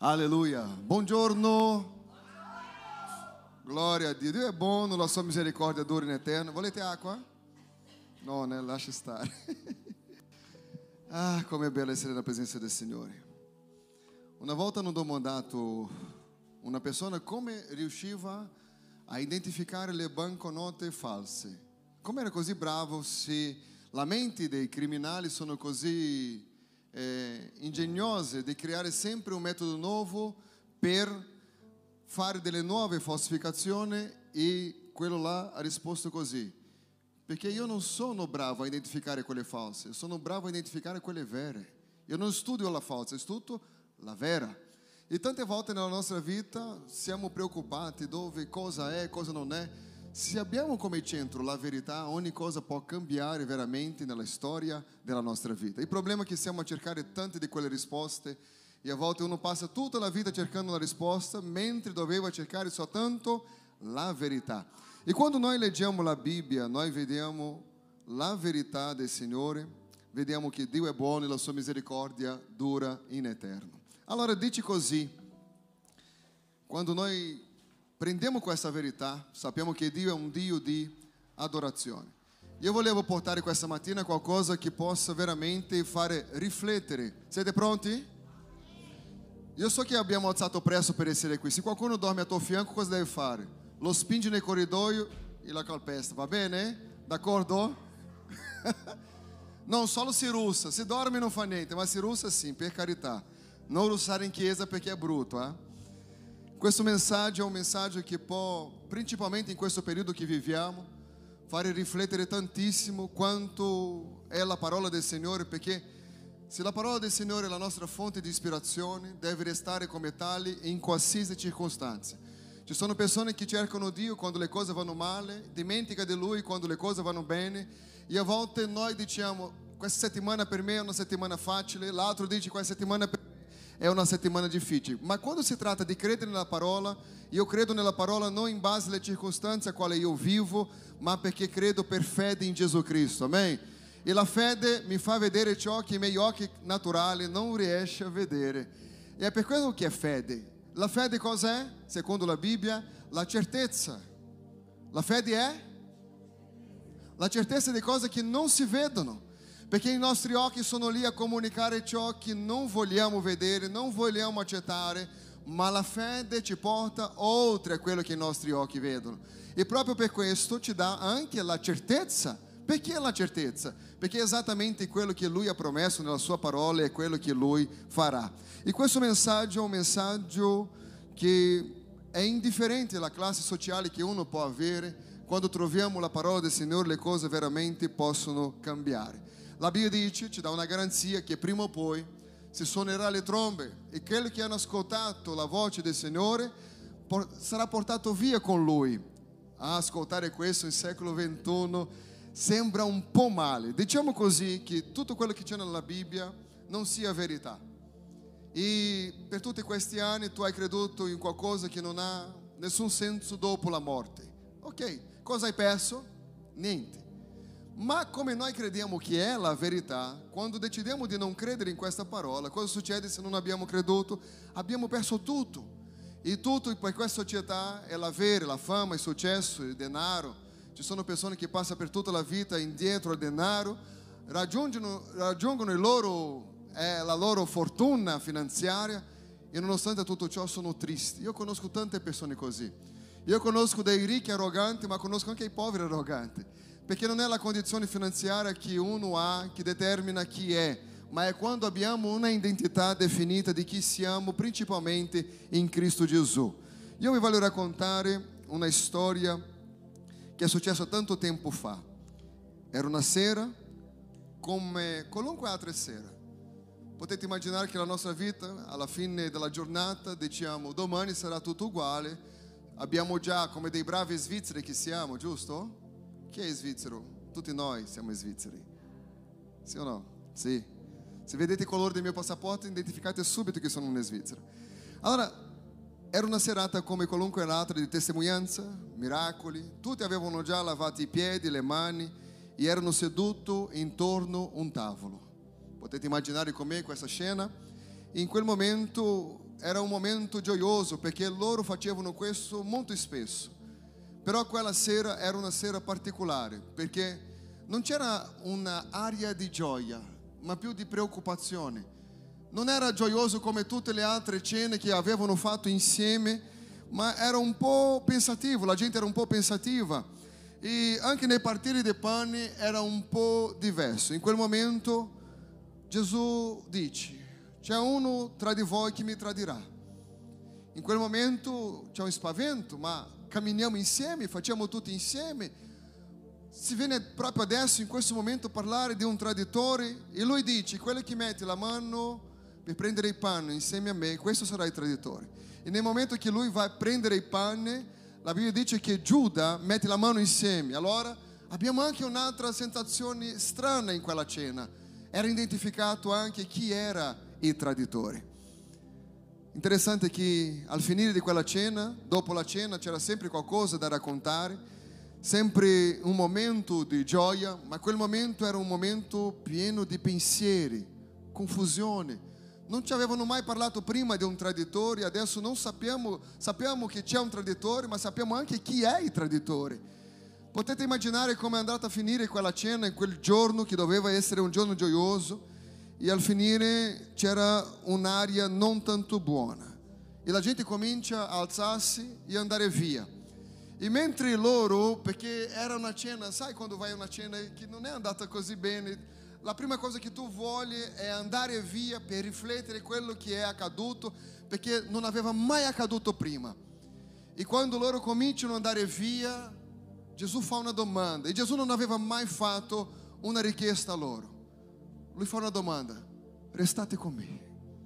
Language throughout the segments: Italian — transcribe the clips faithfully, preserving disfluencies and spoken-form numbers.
Alleluia. Buongiorno. Glória a Dio. Dio è buono, la sua misericordia dura in eterno. Volete acqua? No, né? Lascia stare. Ah, come è bello essere nella presenza del Signore. Una volta hanno domandato una persona come riusciva a identificare le banconote false. Come era così bravo se la mente dei criminali sono così eh, ingegnose di creare sempre un metodo nuovo per fare delle nuove falsificazioni, e quello là ha risposto così: perché io non sono bravo a identificare quelle false, sono bravo a identificare quelle vere. Io non studio la falsa, studio la vera. E tante volte nella nostra vita siamo preoccupati dove cosa è, cosa non è. Se abbiamo come centro la verità, ogni cosa può cambiare veramente nella storia della nostra vita. Il problema è che stiamo a cercare tante di quelle risposte e a volte uno passa tutta la vita cercando la risposta mentre doveva cercare soltanto la verità. E quando noi leggiamo la Bibbia, noi vediamo la verità del Signore, vediamo che Dio è buono e la sua misericordia dura in eterno. Allora dice così: quando noi prendiamo questa verità, sappiamo che Dio è un Dio di adorazione. Io volevo portare questa mattina qualcosa che possa veramente fare riflettere. Siete pronti? Io so che abbiamo alzato presto per essere qui. Se qualcuno dorme a tuo fianco, cosa deve fare? Lo spinge nel corridoio e la calpesta, va bene? D'accordo? Non solo se russa, se dorme non fa niente, ma se russa sim, per carità. Non russare in chiesa perché è brutto, eh? Questo messaggio è un messaggio che può, principalmente in questo periodo che viviamo, fare riflettere tantissimo quanto è la parola del Signore, perché se la parola del Signore è la nostra fonte di ispirazione, deve restare come tale in qualsiasi circostanza. Ci sono persone che cercano Dio quando le cose vanno male, dimentica di Lui quando le cose vanno bene, e a volte noi diciamo: questa settimana per me è una settimana facile, l'altro dice: questa settimana per me è una settimana difficile. Ma quando si tratta di credere nella parola, io credo nella parola non in base alle circostanze a quale io vivo, ma perché credo per fede in Gesù Cristo, amen? E la fede mi fa vedere ciò che i miei occhi naturali non riescono a vedere. E è per quello che è fede. La fede cos'è? Secondo la Bibbia, la certezza. La fede è la certezza di cose che non si vedono, perché i nostri occhi sono lì a comunicare ciò che non vogliamo vedere, non vogliamo accettare, ma la fede ci porta oltre a quello che i nostri occhi vedono. E proprio per questo ci dà anche la certezza. Perché la certezza? Perché è esattamente quello che Lui ha promesso nella sua parola e quello che Lui farà. E questo messaggio è un messaggio che è indifferente alla classe sociale che uno può avere. Quando troviamo la parola del Signore, le cose veramente possono cambiare. La Bibbia dice, ci dà una garanzia che prima o poi si suonerà le trombe e quelli che hanno ascoltato la voce del Signore por- sarà portato via con Lui. A ascoltare questo in secolo ventuno sembra un po' male. Diciamo così che tutto quello che c'è nella Bibbia non sia verità. E per tutti questi anni tu hai creduto in qualcosa che non ha nessun senso dopo la morte. Ok, cosa hai perso? Niente. Ma come noi crediamo che è la verità, quando decidiamo di non credere in questa parola, cosa succede se non abbiamo creduto? Abbiamo perso tutto. E tutto per questa società è l'avere, la fama, il successo, il denaro. Ci sono persone che passano per tutta la vita indietro al denaro, raggiungono, raggiungono il loro, eh, la loro fortuna finanziaria e nonostante tutto ciò sono tristi. Io conosco tante persone così. Io conosco dei ricchi arroganti, ma conosco anche i poveri arroganti. Perché non è la condizione finanziaria che uno ha che determina chi è, ma è quando abbiamo una identità definita di chi siamo, principalmente in Cristo Gesù. Io vi voglio raccontare una storia che è successo tanto tempo fa. Era una sera come qualunque altra sera. Potete immaginare che la nostra vita, alla fine della giornata, diciamo domani sarà tutto uguale. Abbiamo già, come dei bravi svizzeri che siamo, giusto? Chi è svizzero? Tutti noi siamo svizzeri. Sì o no? Sì. Se vedete il colore del mio passaporto, identificate subito che sono un svizzero. Allora, era una serata come qualunque altra di testimonianza, miracoli. Tutti avevano già lavato i piedi, le mani e erano seduti intorno a un tavolo. Potete immaginare com'è questa scena? In quel momento era un momento gioioso perché loro facevano questo molto spesso. Però quella sera era una sera particolare perché non c'era un'aria di gioia, ma più di preoccupazione. Non era gioioso come tutte le altre cene che avevano fatto insieme, ma era un po' pensativo, la gente era un po' pensativa. E anche nei partire dei pani era un po' diverso. In quel momento Gesù dice: c'è uno tra di voi che mi tradirà. In quel momento c'è un spavento, ma camminiamo insieme, facciamo tutti insieme. Si viene proprio adesso, in questo momento, a parlare di un traditore e lui dice: quello che mette la mano per prendere il pane insieme a me, questo sarà il traditore. E nel momento che lui va a prendere il pane, la Bibbia dice che Giuda mette la mano insieme. Allora abbiamo anche un'altra sensazione strana in quella cena. Era identificato anche chi era il traditore. Interessante che al finire di quella cena, dopo la cena, c'era sempre qualcosa da raccontare, sempre un momento di gioia, ma quel momento era un momento pieno di pensieri, confusione. Non ci avevano mai parlato prima di un traditore, adesso non sappiamo, sappiamo che c'è un traditore, ma sappiamo anche chi è il traditore. Potete immaginare come è andata a finire quella cena in quel giorno che doveva essere un giorno gioioso e al finire c'era un'aria non tanto buona e la gente comincia a alzarsi e andare via. E mentre loro, perché era una cena, sai quando vai a una cena che non è andata così bene, la prima cosa che tu vuoi è andare via per riflettere quello che è accaduto, perché non aveva mai accaduto prima. E quando loro cominciano ad andare via, Gesù fa una domanda, e Gesù non aveva mai fatto una richiesta a loro. Lui fa una domanda: restate con me.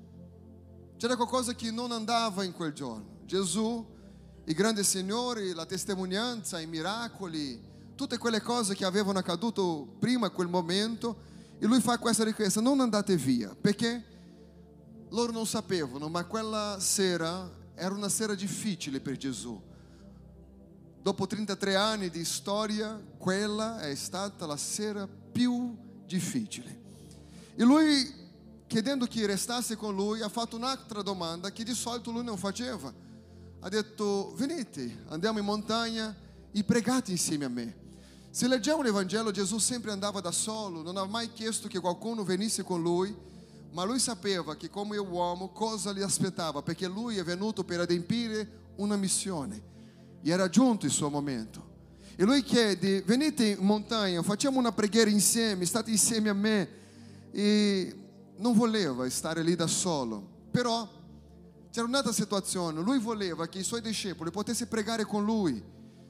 C'era qualcosa che non andava in quel giorno. Gesù, i grandi signori, la testimonianza, i miracoli, tutte quelle cose che avevano accaduto prima quel momento, e lui fa questa richiesta: non andate via, perché loro non sapevano, ma quella sera era una sera difficile per Gesù. Dopo trentatré anni di storia, quella è stata la sera più difficile. E lui, chiedendo che restasse con lui, ha fatto un'altra domanda che di solito lui non faceva. Ha detto: venite, andiamo in montagna e pregate insieme a me. Se leggiamo l'Evangelo, Gesù sempre andava da solo, non ha mai chiesto che qualcuno venisse con lui, ma lui sapeva che come uomo cosa gli aspettava, perché lui è venuto per adempiere una missione e era giunto il suo momento. E lui chiede: venite in montagna, facciamo una preghiera insieme, state insieme a me. E non voleva stare lì da solo, però c'era un'altra situazione. Lui voleva che i suoi discepoli potessero pregare con lui,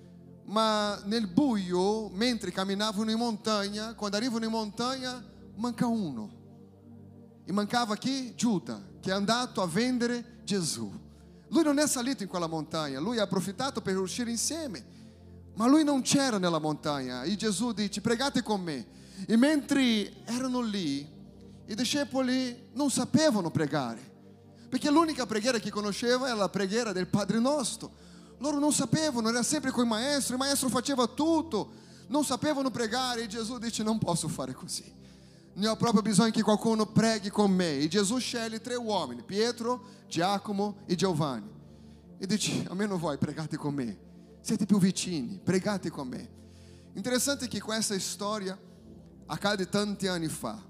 ma nel buio, mentre camminavano in montagna, quando arrivano in montagna, manca uno. E mancava chi? Giuda, che è andato a vendere Gesù. Lui non è salito in quella montagna, lui ha approfittato per uscire insieme, ma lui non c'era nella montagna. E Gesù dice: pregate con me. E mentre erano lì, i discepoli non sapevano pregare, perché l'unica preghiera che conosceva era la preghiera del Padre Nostro. Loro non sapevano, era sempre con il maestro, il maestro faceva tutto, non sapevano pregare. E Gesù dice: non posso fare così, ne ho proprio bisogno che qualcuno preghi con me. E Gesù sceglie tre uomini, Pietro, Giacomo e Giovanni, e dice: almeno voi pregate con me, siete più vicini, pregate con me. Interessante che questa storia accade tanti anni fa.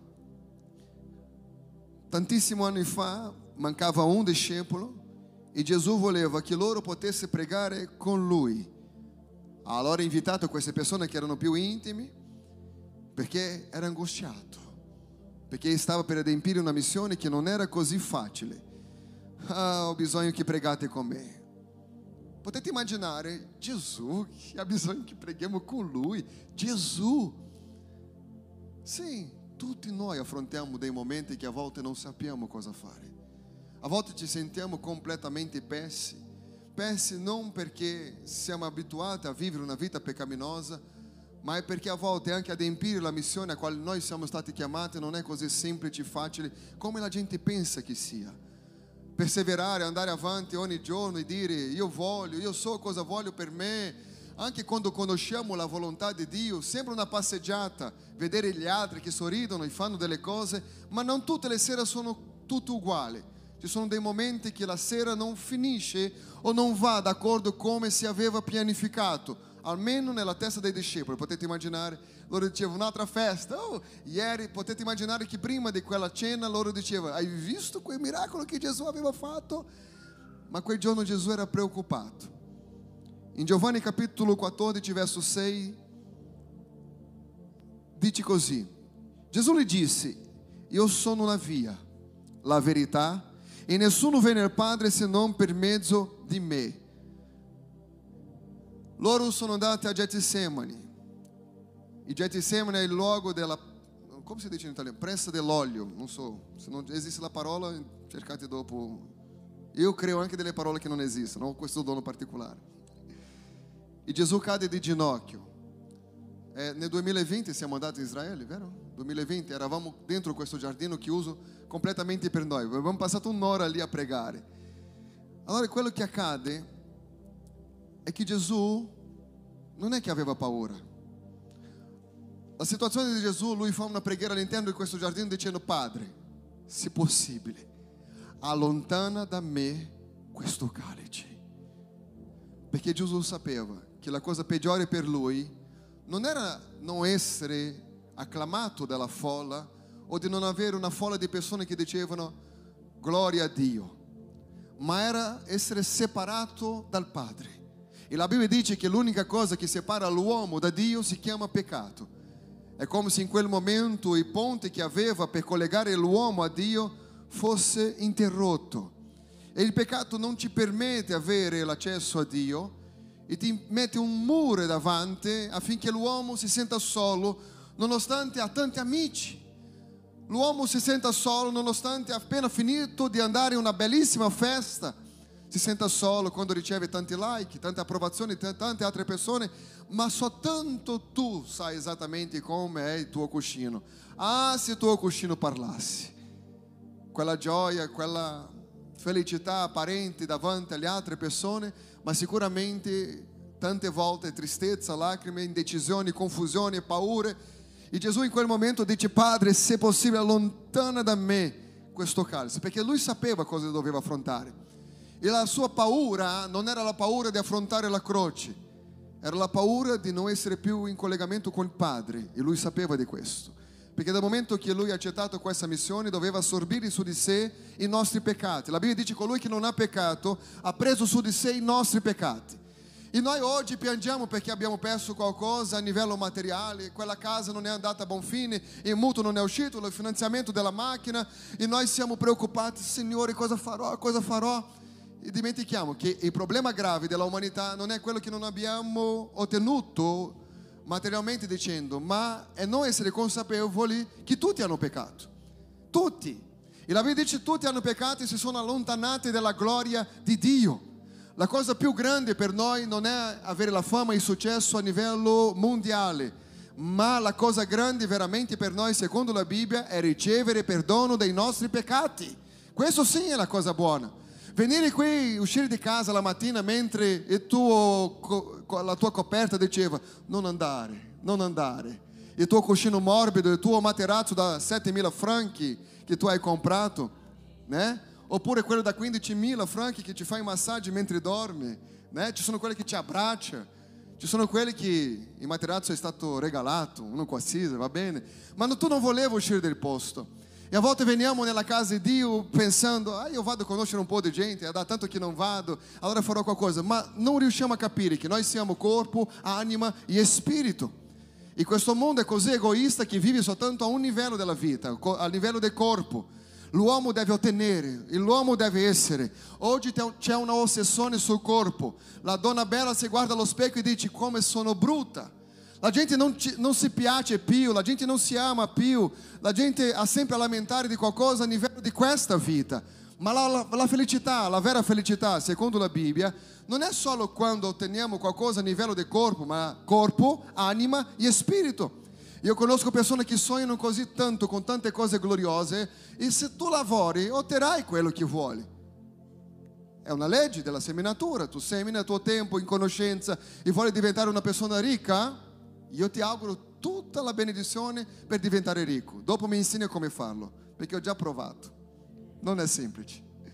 Tantissimi anni fa mancava un discepolo e Gesù voleva che loro potessero pregare con lui. Allora ha invitato queste persone che erano più intimi, perché era angustiato, perché stava per adempiere una missione che non era così facile. Ah, ho bisogno che pregate con me. Potete immaginare Gesù che ha bisogno che preghiamo con lui? Gesù! Sì, tutti noi affrontiamo dei momenti che a volte non sappiamo cosa fare. A volte ci sentiamo completamente persi, persi non perché siamo abituati a vivere una vita peccaminosa, ma è perché a volte anche adempiere la missione a quale noi siamo stati chiamati non è così semplice e facile come la gente pensa che sia. Perseverare, andare avanti ogni giorno e dire: io voglio, io so cosa voglio per me. Anche quando conosciamo la volontà di Dio, sembra una passeggiata, vedere gli altri che sorridono e fanno delle cose, ma non tutte le sere sono tutte uguali. Ci sono dei momenti che la sera non finisce o non va d'accordo come si aveva pianificato, almeno nella testa dei discepoli. Potete immaginare, loro dicevano un'altra festa. Oh, ieri potete immaginare che prima di quella cena loro dicevano: hai visto quel miracolo che Gesù aveva fatto? Ma quel giorno Gesù era preoccupato. In Giovanni capitolo quattordici verso sei dice così: Gesù gli disse: io sono la via, la verità, e nessuno viene al Padre se non per mezzo di me. Loro sono andati a Getsemani. E Getsemani è il luogo della, come si dice in italiano? Pressa dell'olio. Non so, se non esiste la parola, cercate dopo. Io creo anche delle parole che non esistono, ho questo dono particolare. E Gesù cade di ginocchio. Eh, nel duemilaventi siamo andati in Israele, vero? duemilaventi, eravamo dentro questo giardino chiuso completamente per noi. Abbiamo passato un'ora lì a pregare. Allora quello che accade è che Gesù non è che aveva paura. La situazione di Gesù, lui fa una preghiera all'interno di questo giardino dicendo: Padre, se possibile, allontana da me questo calice. Perché Gesù sapeva che la cosa peggiore per lui non era non essere acclamato dalla folla o di non avere una folla di persone che dicevano gloria a Dio, ma era essere separato dal Padre. E la Bibbia dice che l'unica cosa che separa l'uomo da Dio si chiama peccato. È come se in quel momento il ponte che aveva per collegare l'uomo a Dio fosse interrotto. E il peccato non ci permette di avere l'accesso a Dio e ti mette un muro davanti affinché l'uomo si senta solo, nonostante ha tanti amici. L'uomo si senta solo nonostante ha appena finito di andare a una bellissima festa. Si senta solo quando riceve tanti like, tante approvazioni, t- tante altre persone, ma soltanto tu sai esattamente come è il tuo cuscino. Ah, se il tuo cuscino parlasse, quella gioia, quella felicità apparente davanti alle altre persone, ma sicuramente tante volte tristezza, lacrime, indecisioni, confusione, paure. E Gesù in quel momento dice: Padre, se possibile allontana da me questo cálice, perché lui sapeva cosa doveva affrontare. E la sua paura non era la paura di affrontare la croce, era la paura di non essere più in collegamento con il Padre, e lui sapeva di questo, perché dal momento che lui ha accettato questa missione doveva assorbire su di sé i nostri peccati. La Bibbia dice: colui che non ha peccato ha preso su di sé i nostri peccati. E noi oggi piangiamo perché abbiamo perso qualcosa a livello materiale, quella casa non è andata a buon fine, il mutuo non è uscito, il finanziamento della macchina, e noi siamo preoccupati: Signore, cosa farò, cosa farò? E dimentichiamo che il problema grave dell'umanità non è quello che non abbiamo ottenuto materialmente dicendo, ma è non essere consapevoli che tutti hanno peccato. Tutti. E la Bibbia dice: tutti hanno peccato e si sono allontanati dalla gloria di Dio. La cosa più grande per noi non è avere la fama e il successo a livello mondiale, ma la cosa grande veramente per noi, secondo la Bibbia, è ricevere perdono dei nostri peccati. Questo sì è la cosa buona. Venire qui, uscire di casa la mattina mentre il tuo, la tua coperta diceva: non andare, non andare. Il tuo cuscino morbido, il tuo materasso da settemila franchi che tu hai comprato, né? Oppure quello da quindicimila franchi che ti fa i massaggi mentre dormi, né? Ci sono quelli che ti abbraccia, ci sono quelli che il materasso è stato regalato, uno qualsiasi, va bene, ma tu non volevi uscire del posto. E a volte veniamo nella casa di Dio pensando: ah, io vado a conoscere un po' di gente, è da tanto che non vado, allora farò qualcosa. Ma non riusciamo a capire che noi siamo corpo, anima e spirito. E questo mondo è così egoista che vive soltanto a un livello della vita, a livello del corpo. L'uomo deve ottenere, l'uomo deve essere. Oggi c'è una ossessione sul corpo. La donna bella si guarda allo specchio e dice: come sono brutta. La gente non, ci, non si piace più, la gente non si ama più, la gente ha sempre a lamentare di qualcosa a livello di questa vita. Ma la, la, la felicità, la vera felicità, secondo la Bibbia, non è solo quando otteniamo qualcosa a livello di corpo, ma corpo, anima e spirito. Io conosco persone che sognano così tanto con tante cose gloriose, e se tu lavori otterrai quello che vuoi. È una legge della seminatura. Tu semina il tuo tempo in conoscenza e vuoi diventare una persona ricca. Io ti auguro tutta la benedizione per diventare ricco. Dopo mi insegni come farlo, perché ho già provato. Non è semplice.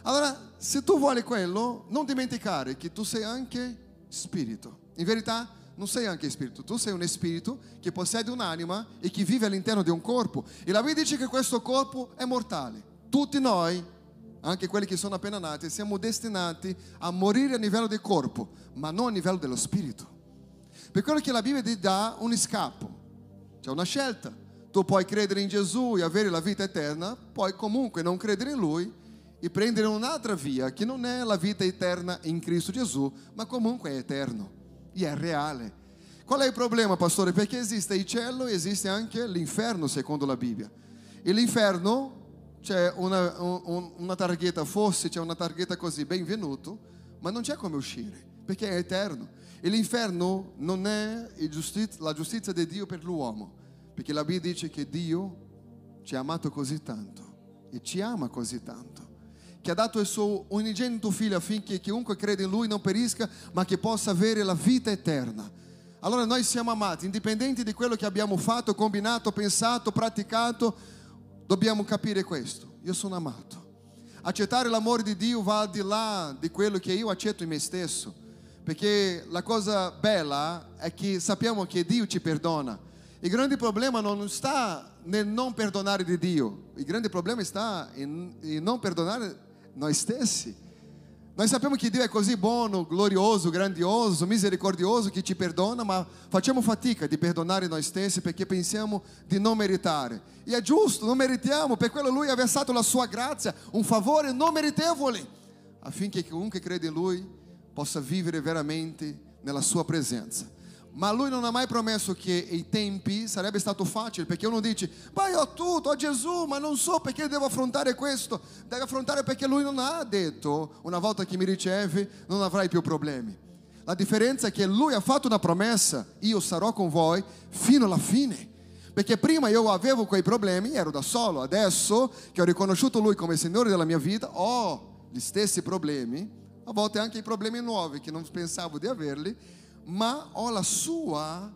Allora, se tu vuoi quello, non dimenticare che tu sei anche spirito. In verità, non sei anche spirito, tu sei un spirito che possiede un'anima e che vive all'interno di un corpo. E la Bibbia dice che questo corpo è mortale. Tutti noi, anche quelli che sono appena nati, siamo destinati a morire a livello del corpo, ma non a livello dello spirito. Per quello che la Bibbia ti dà un scappo, c'è una scelta. Tu puoi credere in Gesù e avere la vita eterna, puoi comunque non credere in Lui e prendere un'altra via che non è la vita eterna in Cristo Gesù, ma comunque è eterno e è reale. Qual è il problema, pastore? Perché esiste il cielo e esiste anche l'inferno, secondo la Bibbia. E l'inferno c'è una, un, una targhetta, forse c'è una targhetta così, benvenuto, ma non c'è come uscire, perché è eterno. E l'inferno non è il giustizia, la giustizia di Dio per l'uomo, perché la Bibbia dice che Dio ci ha amato così tanto e ci ama così tanto, che ha dato il suo unigenito figlio affinché chiunque crede in Lui non perisca, ma che possa avere la vita eterna. Allora noi siamo amati, indipendenti di quello che abbiamo fatto, combinato, pensato, praticato. Dobbiamo capire questo: io sono amato. Accettare l'amore di Dio va al di là di quello che io accetto in me stesso, perché la cosa bella è che sappiamo che Dio ci perdona. Il grande problema non sta nel non perdonare di Dio, il grande problema sta in, in non perdonare noi stessi. Noi sappiamo che Dio è così buono, glorioso, grandioso, misericordioso, che ci perdona, ma facciamo fatica di perdonare noi stessi perché pensiamo di non meritare. E è giusto, non meritiamo, per quello Lui ha versato la sua grazia, un favore non meritevole, affinché chiunque crede in Lui possa vivere veramente nella sua presenza. Ma Lui non ha mai promesso che i tempi sarebbe stato facile, perché uno dice: ma io ho tutto, ho Gesù, ma non so perché devo affrontare questo. Devo affrontare perché Lui non ha detto: una volta che mi ricevi non avrai più problemi. La differenza è che Lui ha fatto una promessa: io sarò con voi fino alla fine. Perché prima io avevo quei problemi, ero da solo. Adesso che ho riconosciuto Lui come Signore della mia vita, ho gli stessi problemi, a volte anche i problemi nuovi che non pensavo di averli, ma ho la sua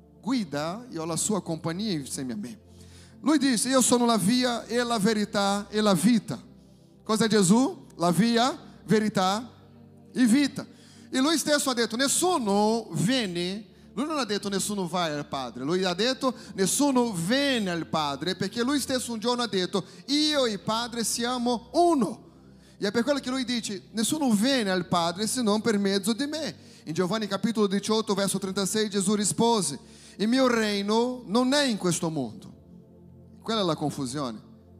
guida e ho la sua compagnia insieme a me. Lui disse: io sono la via e la verità e la vita. Cos'è Gesù? La via, verità e vita. E Lui stesso ha detto: nessuno viene. Lui non ha detto nessuno vai al Padre, Lui ha detto nessuno viene al Padre, perché Lui stesso un giorno ha detto: io e il Padre siamo uno. E è per quello che Lui dice: nessuno viene al Padre se non per mezzo di me. In Giovanni capitolo diciotto verso trentasei Gesù rispose: il mio reino non è in questo mondo. Quella è la confusione.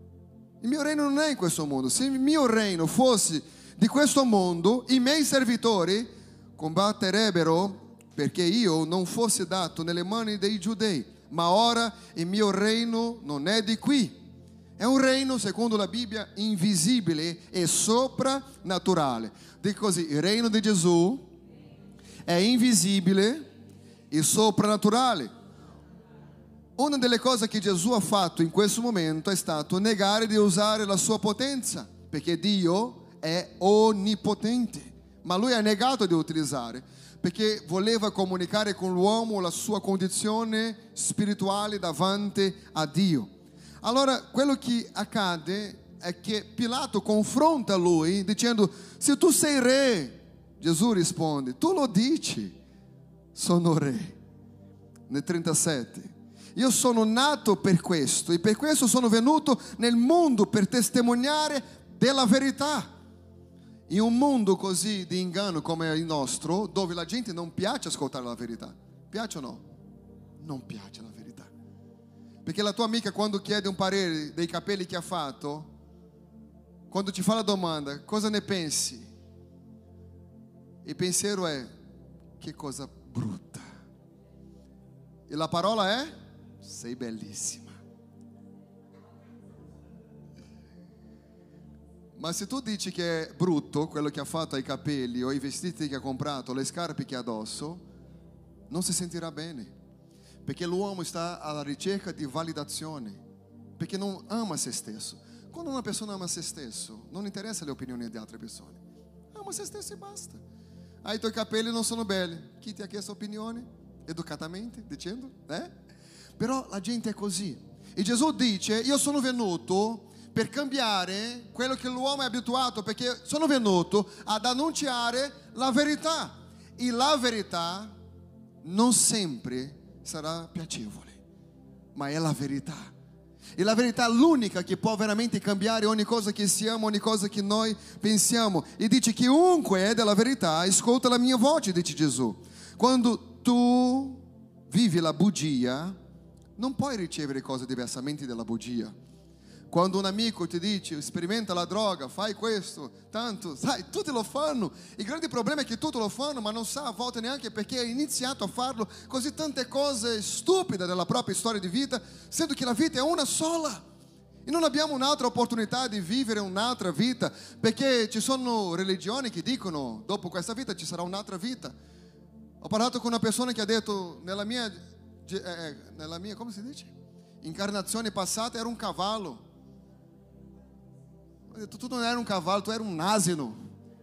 Il mio reino non è in questo mondo. Se il mio reino fosse di questo mondo, i miei servitori combatterebbero perché io non fossi dato nelle mani dei giudei. Ma ora il mio reino non è di qui. È un reino, secondo la Bibbia, invisibile e soprannaturale. Dico così: il reino di Gesù è invisibile e soprannaturale. Una delle cose che Gesù ha fatto in questo momento è stato negare di usare la sua potenza, perché Dio è onnipotente, ma Lui ha negato di utilizzare perché voleva comunicare con l'uomo la sua condizione spirituale davanti a Dio. Allora quello che accade è che Pilato confronta Lui dicendo: se tu sei re. Gesù risponde: tu lo dici, sono re. Nel trentasette: io sono nato per questo e per questo sono venuto nel mondo, per testimoniare della verità. In un mondo così di inganno come il nostro, dove la gente non piace ascoltare la verità. Piace o no? Non piace la verità. Perché la tua amica, quando chiede un parere dei capelli che ha fatto, quando ti fa la domanda: cosa ne pensi? Il pensiero è: che cosa brutta. E la parola è: sei bellissima. Ma se tu dici che è brutto quello che ha fatto ai capelli, o i vestiti che ha comprato, le scarpe che ha addosso, non si sentirà bene, perché l'uomo sta alla ricerca di validazione, perché non ama se stesso. Quando una persona ama se stesso, non interessa le opinioni di altre persone, ama se stesso e basta. Ah, i tuoi capelli non sono belli. Chi ti ha chiesto opinione? Educatamente, dicendo, eh? Però la gente è così. E Gesù dice: io sono venuto per cambiare quello che l'uomo è abituato, perché sono venuto ad annunciare la verità. E la verità non sempre sarà piacevole, ma è la verità. E la verità è l'unica che può veramente cambiare ogni cosa che siamo, ogni cosa che noi pensiamo. E dice: chiunque è della verità ascolta la mia voce, dice Gesù. Quando tu vivi la bugia, non puoi ricevere cose diversamente dalla bugia. Quando un amico ti dice sperimenta la droga, fai questo, tanto, sai, tutti lo fanno. Il grande problema è che tutti lo fanno, ma non sa a volte neanche perché ha iniziato a farlo. Così tante cose stupide della propria storia di vita, sendo che la vita è una sola. E non abbiamo un'altra opportunità di vivere un'altra vita, perché ci sono religioni che dicono dopo questa vita ci sarà un'altra vita. Ho parlato con una persona che ha detto nella mia, eh, nella mia, come si dice? Incarnazione passata ero un cavallo. Ho detto: tu non era um cavalo, tu era um asino.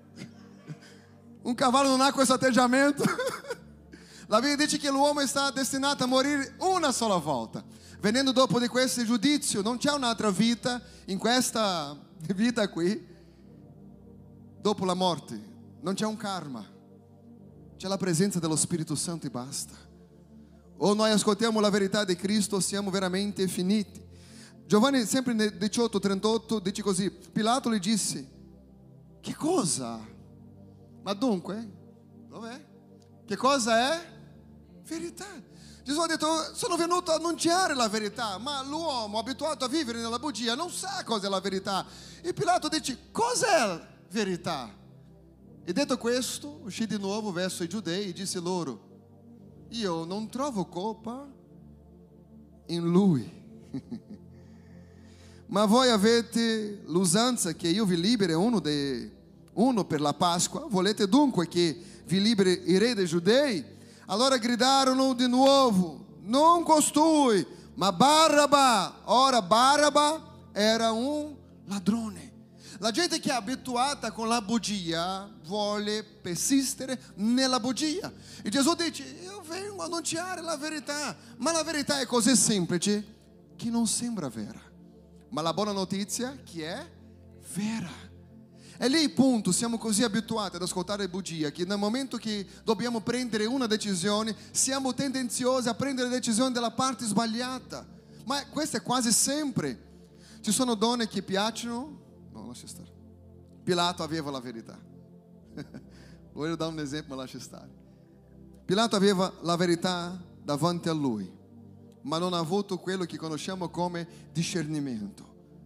Um cavalo non ha questo atteggiamento. La Bibbia dice che l'uomo sta destinato a morire una sola volta. Venendo dopo di questo giudizio, non c'è un'altra vita in questa vita qui. Dopo la morte non c'è un karma, c'è la presenza dello Spirito Santo e basta. O noi ascoltiamo la verità di Cristo o siamo veramente finiti. Giovanni, sempre nel diciotto trentotto, dice così: Pilato gli disse: che cosa? Ma dunque, dov'è? Che cosa è? Verità. Gesù ha detto: sono venuto a annunciare la verità, ma l'uomo abituato a vivere nella bugia non sa cosa è la verità. E Pilato dice: cos'è verità? E detto questo, uscì di nuovo verso i giudei e disse loro: io non trovo colpa in lui. Ma voi avete l'usanza che io vi liberi uno, de, uno per la Pasqua? Volete dunque che vi liberi il re dei Giudei? Allora gridarono di nuovo: non costui, ma Baraba. Ora Baraba era un ladrone. La gente che è abituata con la bugia vuole persistere nella bugia. E Gesù dice: io vengo a annunciare la verità. Ma la verità è così semplice che non sembra vera. Ma la buona notizia che è vera. E lì punto, siamo così abituati ad ascoltare bugia che nel momento che dobbiamo prendere una decisione siamo tendenziosi a prendere decisioni dalla parte sbagliata. Ma questo è quasi sempre. Ci sono donne che piacciono. No, lascia stare. Pilato aveva la verità. Voglio dare un esempio, ma lascia stare. Pilato aveva la verità davanti a lui, ma non ha avuto quello che conosciamo come discernimento.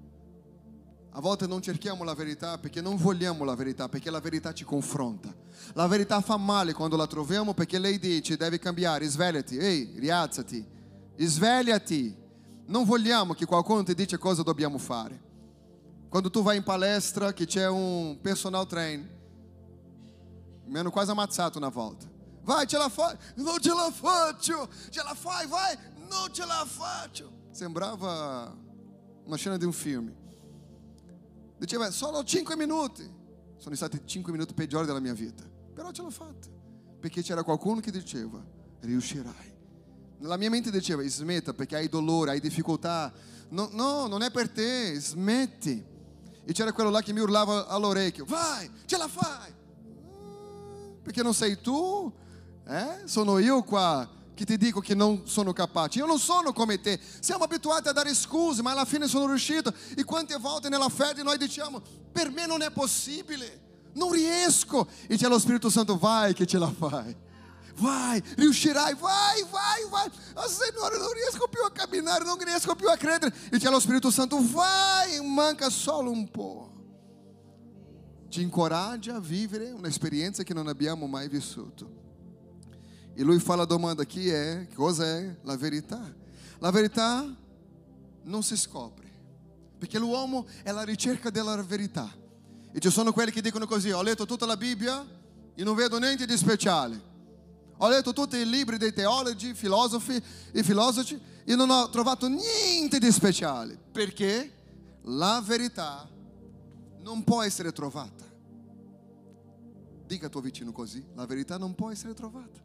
A volte non cerchiamo la verità perché non vogliamo la verità, perché la verità ci confronta. La verità fa male quando la troviamo, perché lei dice: devi cambiare, svegliati, ehi, rialzati, svegliati. Non vogliamo che qualcuno ti dica cosa dobbiamo fare. Quando tu vai in palestra che c'è un personal trainer, mi hanno quasi ammazzato una volta. Vai, ce la fai? Non ce la faccio. Ce la fai, vai? Non ce la faccio. Sembrava una scena di un film. Diceva: solo cinque minuti. Sono stati cinque minuti peggiori della mia vita, però ce l'ho fatta, perché c'era qualcuno che diceva: riuscirai. Nella mia mente diceva: smetta, perché hai dolore, hai difficoltà. No, no, non è per te, smetti. E c'era quello là che mi urlava all'orecchio: vai, ce la fai. Perché non sei tu? Eh? Sono io qua che ti dico che non sono capace. Io non sono come te. Siamo abituati a dare scuse, ma alla fine sono riuscito. E quante volte nella fede noi diciamo: per me non è possibile, non riesco. E c'è lo Spirito Santo: vai che ce la fai. Vai, riuscirai, vai, vai, vai. Oh, Signore, non riesco più a camminare, non riesco più a credere. E c'è lo Spirito Santo: vai, manca solo un po'. Ci incoraggia a vivere un'esperienza che non abbiamo mai vissuto. E lui fa la domanda: chi è? Cosa è la verità? La verità non si scopre, perché l'uomo è alla ricerca della verità. E ci sono quelli che dicono così: ho letto tutta la Bibbia e non vedo niente di speciale. Ho letto tutti i libri dei teologi, filosofi e filosofi e non ho trovato niente di speciale. Perché la verità non può essere trovata. Dica al tuo vicino così: la verità non può essere trovata.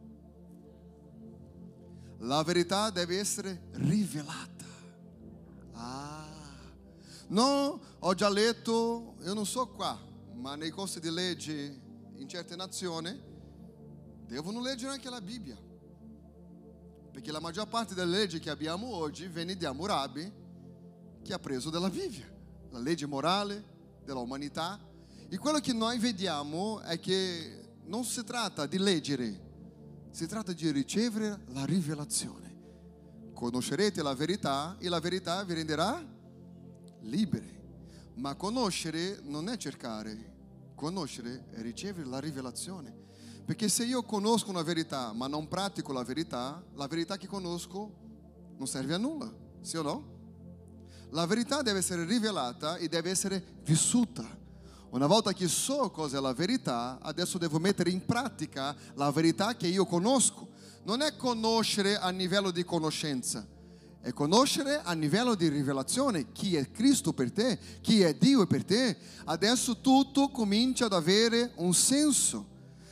La verità deve essere rivelata. Ah, No, ho già letto, io non so qua, ma nei corsi di legge in certe nazioni devono leggere anche la Bibbia. Perché la maggior parte delle leggi che abbiamo oggi viene da Hammurabi, che ha preso dalla Bibbia. La legge morale dell'umanità. E quello che noi vediamo è che non si tratta di leggere, si tratta di ricevere la rivelazione. Conoscerete la verità e la verità vi renderà liberi. Ma conoscere non è cercare, conoscere è ricevere la rivelazione. Perché se io conosco una verità ma non pratico la verità, la verità che conosco non serve a nulla, sì o no? La verità deve essere rivelata e deve essere vissuta. Una volta che so cos'è la verità, adesso devo mettere in pratica la verità che io conosco. Non è conoscere a livello di conoscenza, è conoscere a livello di rivelazione chi è Cristo per te, chi è Dio per te. Adesso tutto comincia ad avere un senso.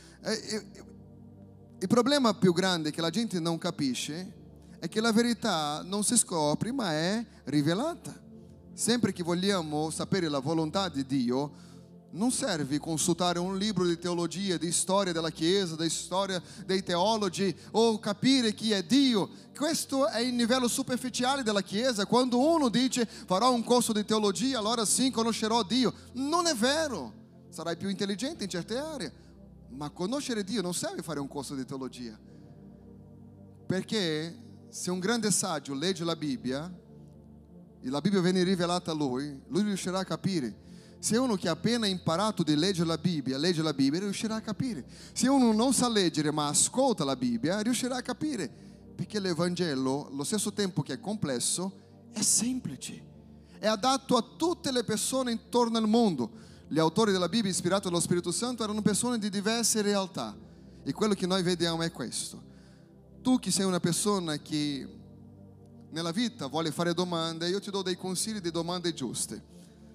Il problema più grande che la gente non capisce è che la verità non si scopre ma è rivelata. Sempre che vogliamo sapere la volontà di Dio, non serve consultare un libro di teologia, di storia della Chiesa, di storia dei teologi o capire chi è Dio. Questo è il livello superficiale della Chiesa. Quando uno dice farò un corso di teologia, allora sì, conoscerò Dio. Non è vero. Sarai più intelligente in certe aree, ma conoscere Dio non serve fare un corso di teologia. Perché se un grande saggio legge la Bibbia e la Bibbia viene rivelata a lui, lui riuscirà a capire. Se uno che ha appena imparato di leggere la Bibbia, legge la Bibbia, riuscirà a capire. Se uno non sa leggere ma ascolta la Bibbia, riuscirà a capire. Perché l'Evangelo, allo stesso tempo che è complesso, è semplice. È adatto a tutte le persone intorno al mondo. Gli autori della Bibbia, ispirati dallo Spirito Santo, erano persone di diverse realtà. E quello che noi vediamo è questo. Tu che sei una persona che nella vita vuole fare domande, io ti do dei consigli di domande giuste.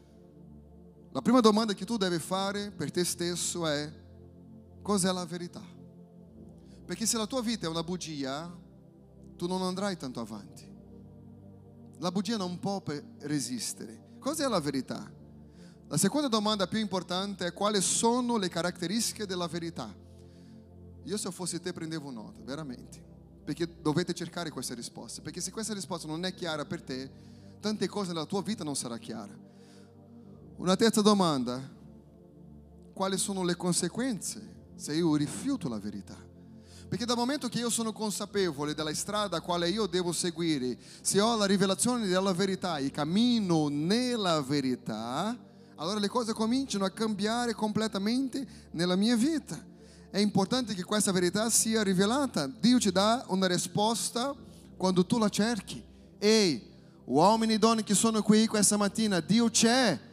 La prima domanda che tu devi fare per te stesso è: cos'è la verità? Perché se la tua vita è una bugia, tu non andrai tanto avanti. La bugia non può resistere. Cos'è la verità? La seconda domanda più importante è: quali sono le caratteristiche della verità? Io se fossi te prendevo nota, veramente. Perché dovete cercare questa risposta. Perché se questa risposta non è chiara per te, tante cose nella tua vita non sarà chiara. Una terza domanda: quali sono le conseguenze se io rifiuto la verità? Perché dal momento che io sono consapevole della strada a quale io devo seguire, se ho la rivelazione della verità e cammino nella verità, allora le cose cominciano a cambiare completamente nella mia vita. È importante che questa verità sia rivelata. Dio ti dà una risposta quando tu la cerchi. Ehi, uomini e donne che sono qui questa mattina, Dio c'è.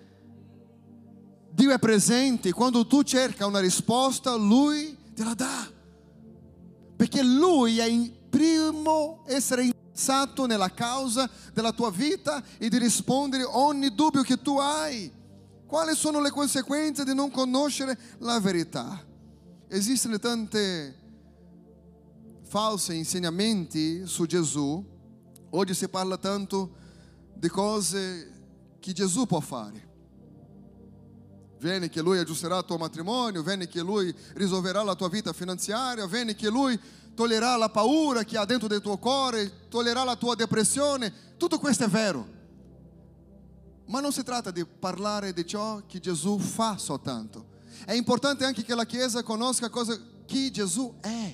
Dio è presente. Quando tu cerca una risposta, Lui te la dà. Perché Lui è il primo essere interessato nella causa della tua vita e di rispondere a ogni dubbio che tu hai. Quali sono le conseguenze di non conoscere la verità? Esistono tanti falsi insegnamenti su Gesù. Oggi si parla tanto di cose che Gesù può fare. Viene che Lui aggiusterà il tuo matrimonio, viene che Lui risolverà la tua vita finanziaria, viene che Lui toglierà la paura che ha dentro del tuo cuore, toglierà la tua depressione. Tutto questo è vero. Ma non si tratta di parlare di ciò che Gesù fa soltanto. È importante anche che la Chiesa conosca cosa, chi Gesù è.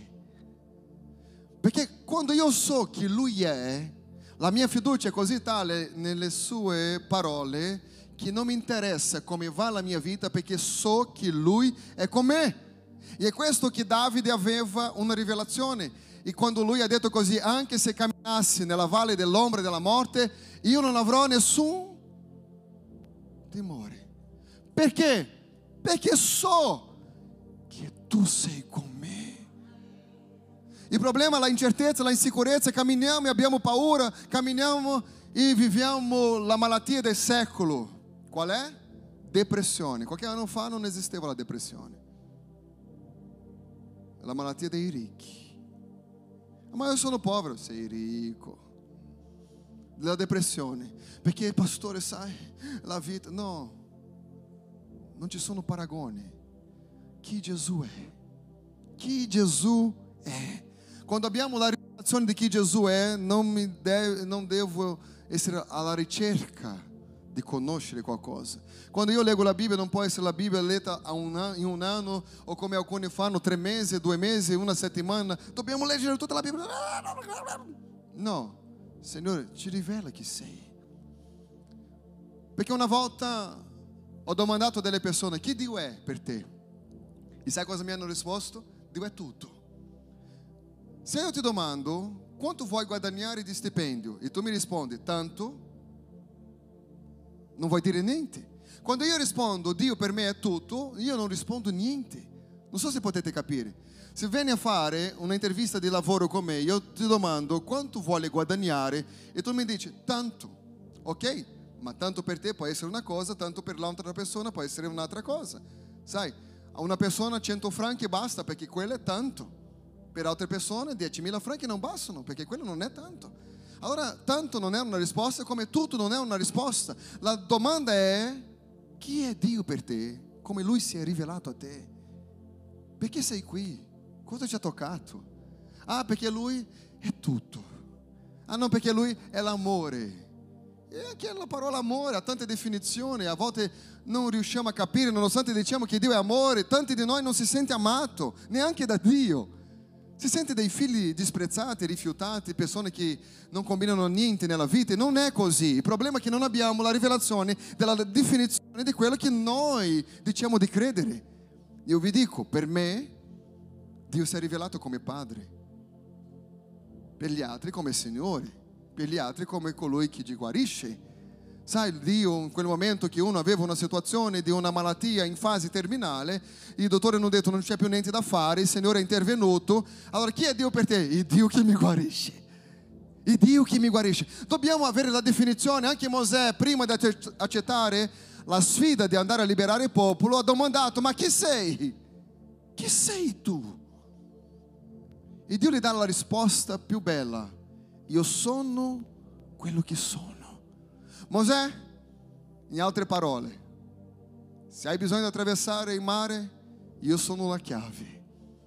Perché quando io so chi Lui è, la mia fiducia è così tale nelle sue parole che non mi interessa come va la mia vita, perché so che Lui è con me. E è questo che Davide aveva una rivelazione. E quando lui ha detto così: anche se camminassi nella valle dell'ombra della morte, io non avrò nessun timore. Perché? Perché so che tu sei con me. Il problema è l'incertezza, l'insicurezza. Camminiamo e abbiamo paura, camminiamo e viviamo la malattia del secolo. Qual è? Depressione. Qualche anno fa non esisteva la depressione. È la malattia dei ricchi. Ma io sono povero. Sei ricco. della depressione. Perché, pastore, sai, la vita... No, non ci sono paragoni. Chi Gesù è? Chi Gesù è? Quando abbiamo la rivelazione di chi Gesù è, non, mi deve, non devo essere alla ricerca di conoscere qualcosa. Quando io leggo la Bibbia, non può essere la Bibbia letta a un anno, in un anno, o come alcuni fanno, tre mesi, due mesi, una settimana. Dobbiamo leggere tutta la Bibbia. No, Signore, ci rivela chi sei. Perché una volta ho domandato a delle persone, chi Dio è per te? E sai cosa mi hanno risposto? Dio è tutto. Se io ti domando, quanto vuoi guadagnare di stipendio? E tu mi rispondi, tanto, non vuoi dire niente. Quando io rispondo, Dio per me è tutto, io non rispondo niente. Non so se potete capire. Se vieni a fare un'intervista di lavoro con me, io ti domando quanto vuole guadagnare e tu mi dici tanto, ok? Ma tanto per te può essere una cosa, tanto per l'altra persona può essere un'altra cosa. Sai, a una persona cento franchi basta perché quello è tanto. Per altre persone diecimila franchi non bastano perché quello non è tanto. Allora, tanto non è una risposta come tutto non è una risposta. La domanda è, chi è Dio per te? Come Lui si è rivelato a te? Perché sei qui? Cosa ti ha toccato? Ah, perché Lui è tutto. Ah, no, perché Lui è l'amore. E anche la parola amore ha tante definizioni. A volte non riusciamo a capire, nonostante diciamo che Dio è amore. Tanti di noi non si sente amato, neanche da Dio. Si sente dei figli disprezzati, rifiutati, persone che non combinano niente nella vita. Non è così. Il problema è che non abbiamo la rivelazione della definizione di quello che noi diciamo di credere. Io vi dico, per me, Dio si è rivelato come Padre. Per gli altri come Signore. Per gli altri come colui che ti guarisce. Sai, Dio in quel momento che uno aveva una situazione di una malattia in fase terminale, i dottori hanno detto non c'è più niente da fare, il Signore è intervenuto. Allora chi è Dio per te? Il Dio che mi guarisce. Il Dio che mi guarisce. Dobbiamo avere la definizione. Anche Mosè, prima di accettare la sfida di andare a liberare il popolo, ha domandato, ma chi sei? Chi sei tu? E Dio gli dà la risposta più bella. Io sono quello che sono. Mosè, in altre parole, se hai bisogno di attraversare il mare, io sono la chiave.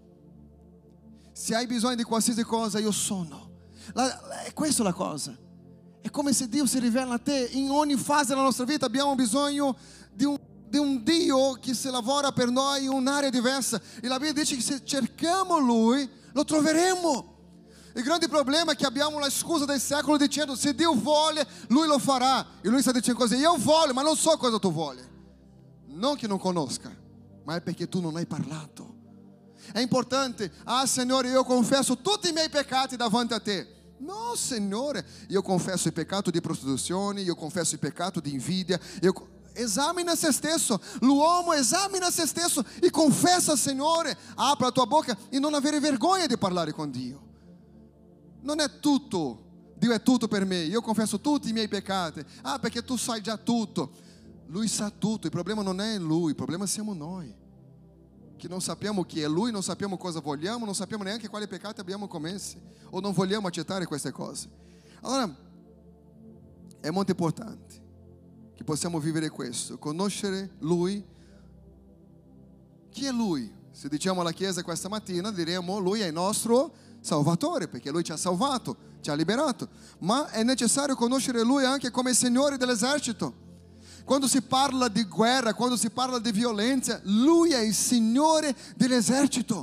Se hai bisogno di qualsiasi cosa, io sono. La, è questa la cosa. È come se Dio si rivela a te in ogni fase della nostra vita. Abbiamo bisogno di un, di un Dio che si lavora per noi in un'area diversa. E la Bibbia dice che se cerchiamo Lui, lo troveremo. Il grande problema è che abbiamo la scusa del secolo dicendo se Dio vuole, Lui lo farà. E Lui sta dicendo così, io voglio, ma non so cosa tu vuoi. Non che non conosca, ma è perché tu non hai parlato. È importante, ah Signore, io confesso tutti i miei peccati davanti a te. No, Signore, io confesso il peccato di prostituzione, io confesso il peccato di invidia. Io... Esamina se stesso, l'uomo esamina se stesso e confessa, Signore, apra la tua bocca e non avere vergogna di parlare con Dio. Non è tutto, Dio è tutto per me, io confesso tutti i miei peccati. Ah, perché tu sai già tutto. Lui sa tutto, il problema non è Lui, il problema siamo noi. Che non sappiamo chi è Lui, non sappiamo cosa vogliamo, non sappiamo neanche quali peccati abbiamo commessi. O non vogliamo accettare queste cose. Allora, è molto importante che possiamo vivere questo, conoscere Lui. Chi è Lui? Se diciamo alla Chiesa questa mattina, diremo Lui è il nostro Salvatore, perché Lui ci ha salvato, ci ha liberato. Ma è necessario conoscere Lui anche come Signore dell'esercito. Quando si parla di guerra, quando si parla di violenza, Lui è il Signore dell'esercito.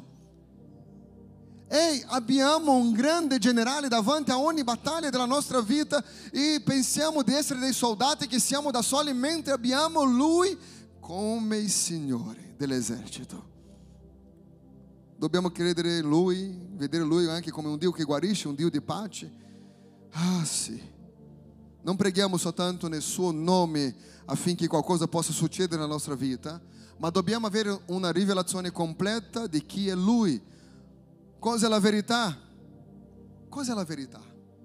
E abbiamo un grande generale davanti a ogni battaglia della nostra vita e pensiamo di essere dei soldati che siamo da soli, mentre abbiamo Lui come il Signore dell'esercito. Dobbiamo credere in Lui, vedere Lui anche come un Dio che guarisce, un Dio di pace. Ah sì, non preghiamo soltanto nel suo nome affinché qualcosa possa succedere nella nostra vita, ma dobbiamo avere una rivelazione completa di chi è Lui. Cosa è la verità? Cosa è la verità?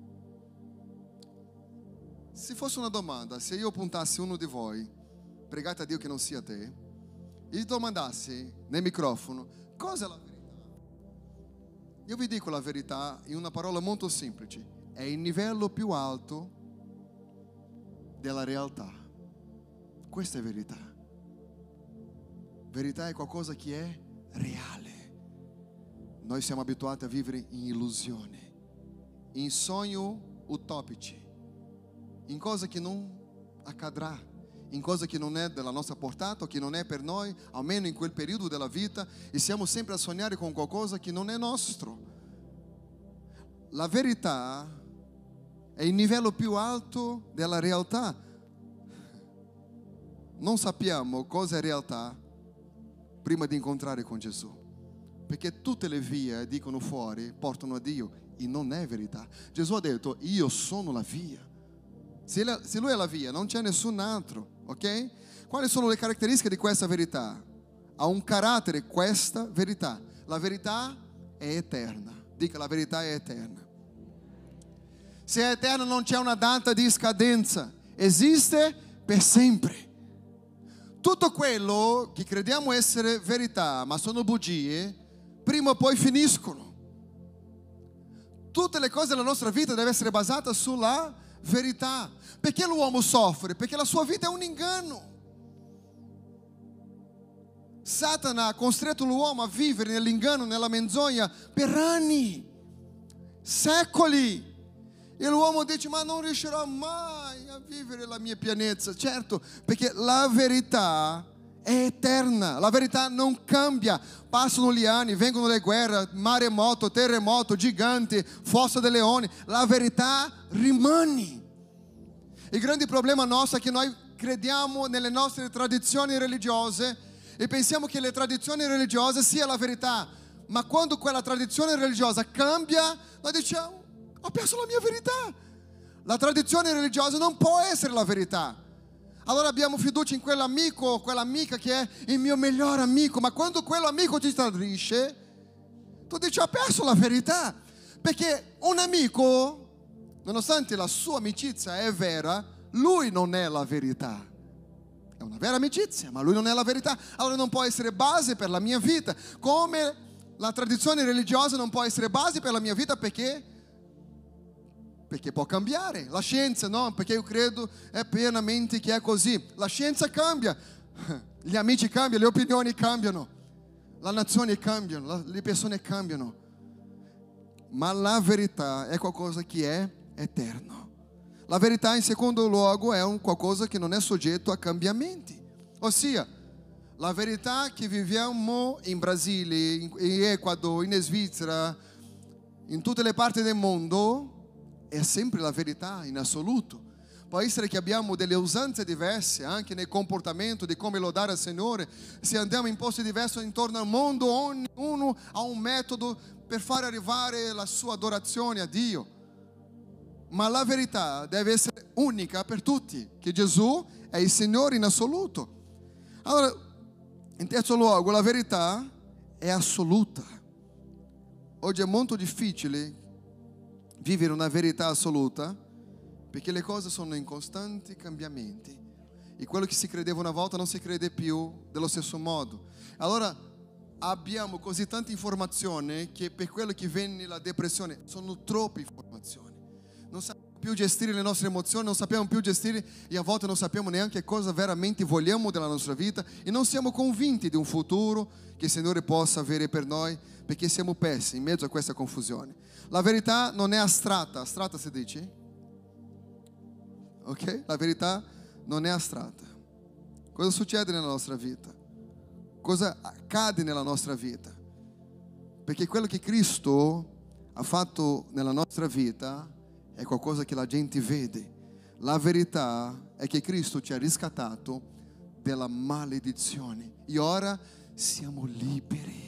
Se fosse una domanda, se io puntassi uno di voi, pregate a Dio che non sia te, e gli domandassi nel microfono, cosa è la verità? Io vi dico la verità in una parola molto semplice, è il livello più alto della realtà. Questa è verità. Verità è qualcosa che è reale. Noi siamo abituati a vivere in illusione, in sogni utopici, in cose che non accadrà, in cose che non è della nostra portata, che non è per noi, almeno in quel periodo della vita, e siamo sempre a sognare con qualcosa che non è nostro. La verità è il livello più alto della realtà. Non sappiamo cosa è realtà prima di incontrare con Gesù, perché tutte le vie, dicono fuori, portano a Dio, e non è verità. Gesù ha detto: io sono la via. Se Lui è la via, non c'è nessun altro, ok? Quali sono le caratteristiche di questa verità? Ha un carattere questa verità. La verità è eterna. Dica: la verità è eterna. Se è eterna non c'è una data di scadenza, esiste per sempre. Tutto quello che crediamo essere verità, ma sono bugie, prima o poi finiscono. Tutte le cose della nostra vita devono essere basate sulla verità. Perché l'uomo soffre? Perché la sua vita è un inganno. Satana ha costretto l'uomo a vivere nell'inganno, nella menzogna per anni, secoli. E l'uomo dice: ma non riuscirò mai a vivere la mia pienezza. Certo, perché la verità è eterna, la verità non cambia. Passano gli anni, vengono le guerre, maremoto, terremoto, giganti, fossa dei leoni. La verità rimane. Il grande problema nostro è che noi crediamo nelle nostre tradizioni religiose e pensiamo che le tradizioni religiose sia la verità. Ma quando quella tradizione religiosa cambia, noi diciamo: ho perso la mia verità. La tradizione religiosa non può essere la verità. Allora abbiamo fiducia in quell'amico o quell'amica che è il mio miglior amico, ma quando quell'amico ti tradisce, tu dici: ho perso la verità. Perché un amico, nonostante la sua amicizia è vera, lui non è la verità. È una vera amicizia, ma lui non è la verità. Allora non può essere base per la mia vita, come la tradizione religiosa non può essere base per la mia vita. Perché? Perché può cambiare. La scienza no, perché io credo è pienamente che è così. La scienza cambia, gli amici cambiano, le opinioni cambiano, la nazione cambiano, le persone cambiano. Ma la verità è qualcosa che è eterno. La verità, in secondo luogo, è un qualcosa che non è soggetto a cambiamenti. Ossia, la verità che viviamo in Brasile, in Ecuador, in Svizzera, in tutte le parti del mondo, è sempre la verità in assoluto. Può essere che abbiamo delle usanze diverse anche nel comportamento di come lodare il Signore. Se andiamo in posti diversi intorno al mondo, ognuno ha un metodo per far arrivare la sua adorazione a Dio. Ma la verità deve essere unica per tutti, che Gesù è il Signore in assoluto. Allora, in terzo luogo, la verità è assoluta. Oggi è molto difficile vivere una verità assoluta, perché le cose sono in costanti cambiamenti e quello che si credeva una volta non si crede più dello stesso modo. Allora abbiamo così tanta informazione che per quello che viene la depressione, sono troppe informazioni. Non sappiamo più gestire le nostre emozioni, non sappiamo più gestire, e a volte non sappiamo neanche cosa veramente vogliamo della nostra vita e non siamo convinti di un futuro che il Signore possa avere per noi, perché siamo persi in mezzo a questa confusione. La verità non è astratta. Astratta si dice? Ok? La verità non è astratta. Cosa succede nella nostra vita? Cosa accade nella nostra vita? Perché quello che Cristo ha fatto nella nostra vita è qualcosa che la gente vede. La verità è che Cristo ci ha riscattato dalla maledizione e ora siamo liberi.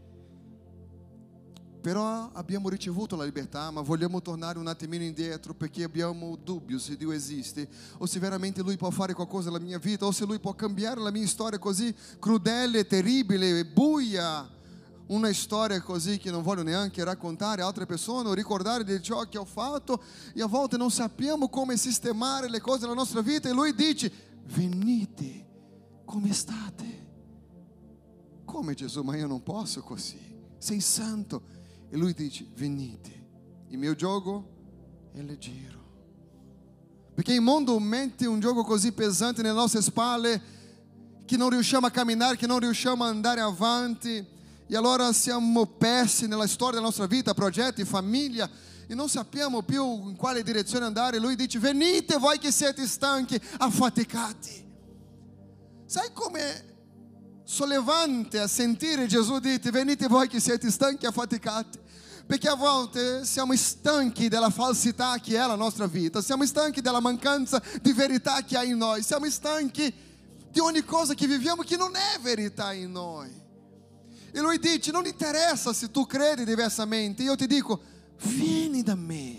Però abbiamo ricevuto la libertà, ma vogliamo tornare un attimino indietro perché abbiamo dubbi se Dio esiste, o se veramente Lui può fare qualcosa nella mia vita, o se Lui può cambiare la mia storia così crudele, terribile, buia. Una storia così che non voglio neanche raccontare a altre persone o ricordare di ciò che ho fatto, e a volte non sappiamo come sistemare le cose nella nostra vita, e Lui dice: venite, come state? Come, Gesù? Ma io non posso così, sei santo. E Lui dice: venite, il mio gioco è leggero. Perché il mondo mette un gioco così pesante nelle nostre spalle che non riusciamo a camminare, che non riusciamo a andare avanti. E allora siamo persi nella storia della nostra vita, progetti, famiglia, e non sappiamo più in quale direzione andare. Lui dice: venite voi che siete stanchi, affaticati. Sai come sollevante a sentire Gesù dire: venite voi che siete stanchi, affaticati? Perché a volte siamo stanchi della falsità che è la nostra vita, siamo stanchi della mancanza di verità che ha in noi, siamo stanchi di ogni cosa che viviamo che non è verità in noi. E lui dice: non interessa se tu credi diversamente, io ti dico, vieni da me.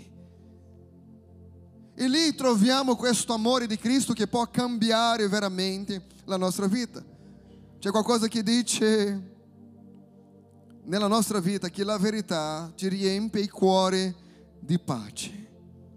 E lì troviamo questo amore di Cristo che può cambiare veramente la nostra vita. C'è qualcosa che dice nella nostra vita che la verità ti riempie il cuore di pace.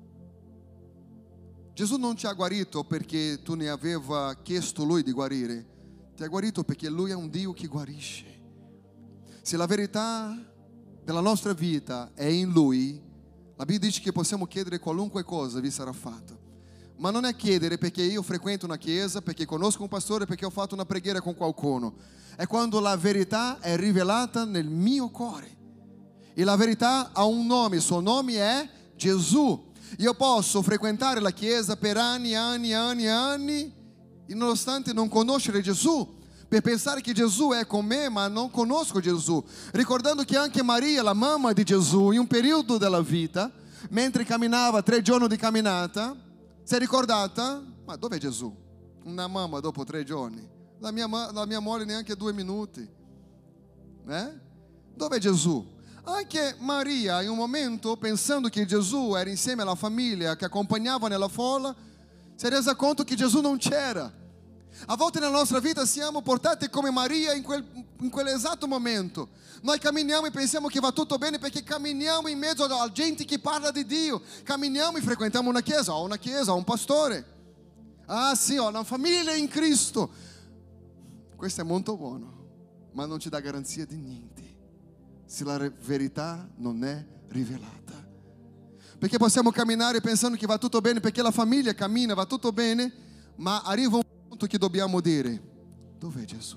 Gesù non ti ha guarito perché tu ne aveva chiesto lui di guarire, ti ha guarito perché lui è un Dio che guarisce. Se la verità della nostra vita è in lui, la Bibbia dice che possiamo chiedere qualunque cosa vi sarà fatta. Ma non è chiedere perché io frequento una chiesa, perché conosco un pastore, perché ho fatto una preghiera con qualcuno. È quando la verità è rivelata nel mio cuore. E la verità ha un nome, il suo nome è Gesù. Io posso frequentare la chiesa per anni, anni, anni, anni, e nonostante non conoscere Gesù, per pensare che Gesù è con me, ma non conosco Gesù. Ricordando che anche Maria, la mamma di Gesù, in un periodo della vita, mentre camminava tre giorni di camminata, si è ricordata: ma dov'è Gesù? Una mamma dopo tre giorni. La mia, la mia moglie neanche due minuti. Eh? Dov'è Gesù? Anche Maria, in un momento, pensando che Gesù era insieme alla famiglia che accompagnava nella folla, si è resa conto che Gesù non c'era. A volte nella nostra vita siamo portati come Maria in, quel, in quell'esatto momento. Noi camminiamo e pensiamo che va tutto bene perché camminiamo in mezzo a gente che parla di Dio. Camminiamo e frequentiamo una chiesa, ho una chiesa, ho un pastore. Ah sì, ho una famiglia in Cristo. Questo è molto buono, ma non ci dà garanzia di niente se la verità non è rivelata. Perché possiamo camminare pensando che va tutto bene, perché la famiglia cammina, va tutto bene, ma arriva un punto che dobbiamo dire: dov'è Gesù?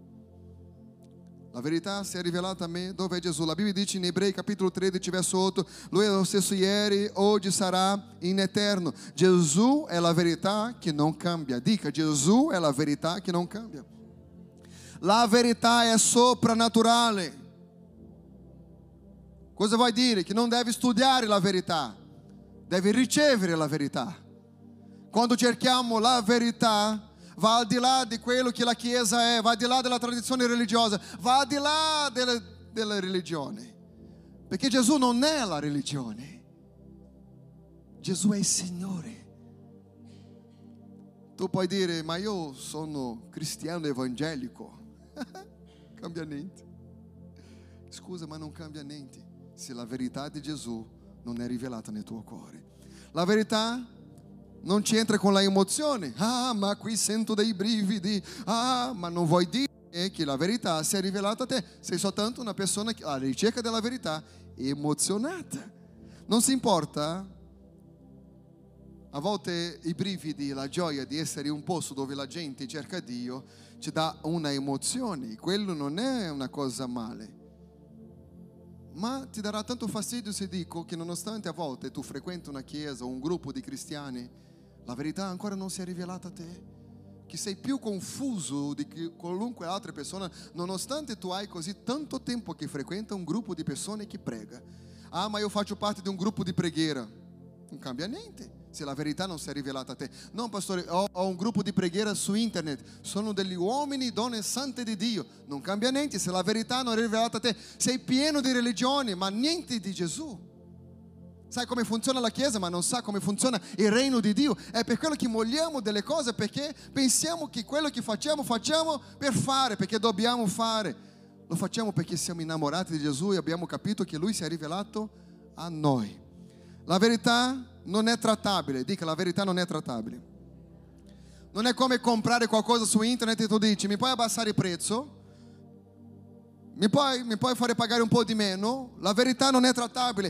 La verità si è rivelata a me, dov'è Gesù? La Bibbia dice in Ebrei capitolo tredici verso otto: lui è lo stesso ieri, oggi sarà in eterno. Gesù è la verità che non cambia. Dica: Gesù è la verità che non cambia. La verità è soprannaturale. Cosa vuol dire? Che non devi studiare la verità, devi ricevere la verità. Quando cerchiamo la verità, va al di là di quello che la Chiesa è, va al di là della tradizione religiosa, va al di là della, della religione. Perché Gesù non è la religione, Gesù è il Signore. Tu puoi dire: ma io sono cristiano evangelico. Cambia niente. Scusa, ma non cambia niente se la verità di Gesù non è rivelata nel tuo cuore. La verità non ci entra con la emozione. Ah, ma qui sento dei brividi. Ah, ma non vuoi dire che la verità si è rivelata a te. Sei soltanto una persona alla ricerca della verità, emozionata. Non si importa. A volte i brividi, la gioia di essere in un posto dove la gente cerca Dio ci dà una emozione. Quello non è una cosa male. Ma ti darà tanto fastidio se dico che nonostante a volte tu frequenti una chiesa o un gruppo di cristiani, la verità ancora non si è rivelata a te, che sei più confuso di qualunque altra persona, nonostante tu hai così tanto tempo che frequenta un gruppo di persone che prega. Ah, ma io faccio parte di un gruppo di preghiera. Non cambia niente se la verità non si è rivelata a te. No, pastore, ho, ho un gruppo di preghiera su internet, sono degli uomini e donne sante di Dio. Non cambia niente se la verità non è rivelata a te. Sei pieno di religione, ma niente di Gesù. Sai come funziona la Chiesa, ma non sa come funziona il regno di Dio. È per quello che molliamo delle cose, perché pensiamo che quello che facciamo, facciamo per fare, perché dobbiamo fare. Lo facciamo perché siamo innamorati di Gesù e abbiamo capito che Lui si è rivelato a noi. La verità non è trattabile. Dica: la verità non è trattabile. Non è come comprare qualcosa su internet e tu dici: mi puoi abbassare il prezzo? Mi puoi, mi puoi fare pagare un po' di meno? La verità non è trattabile. Io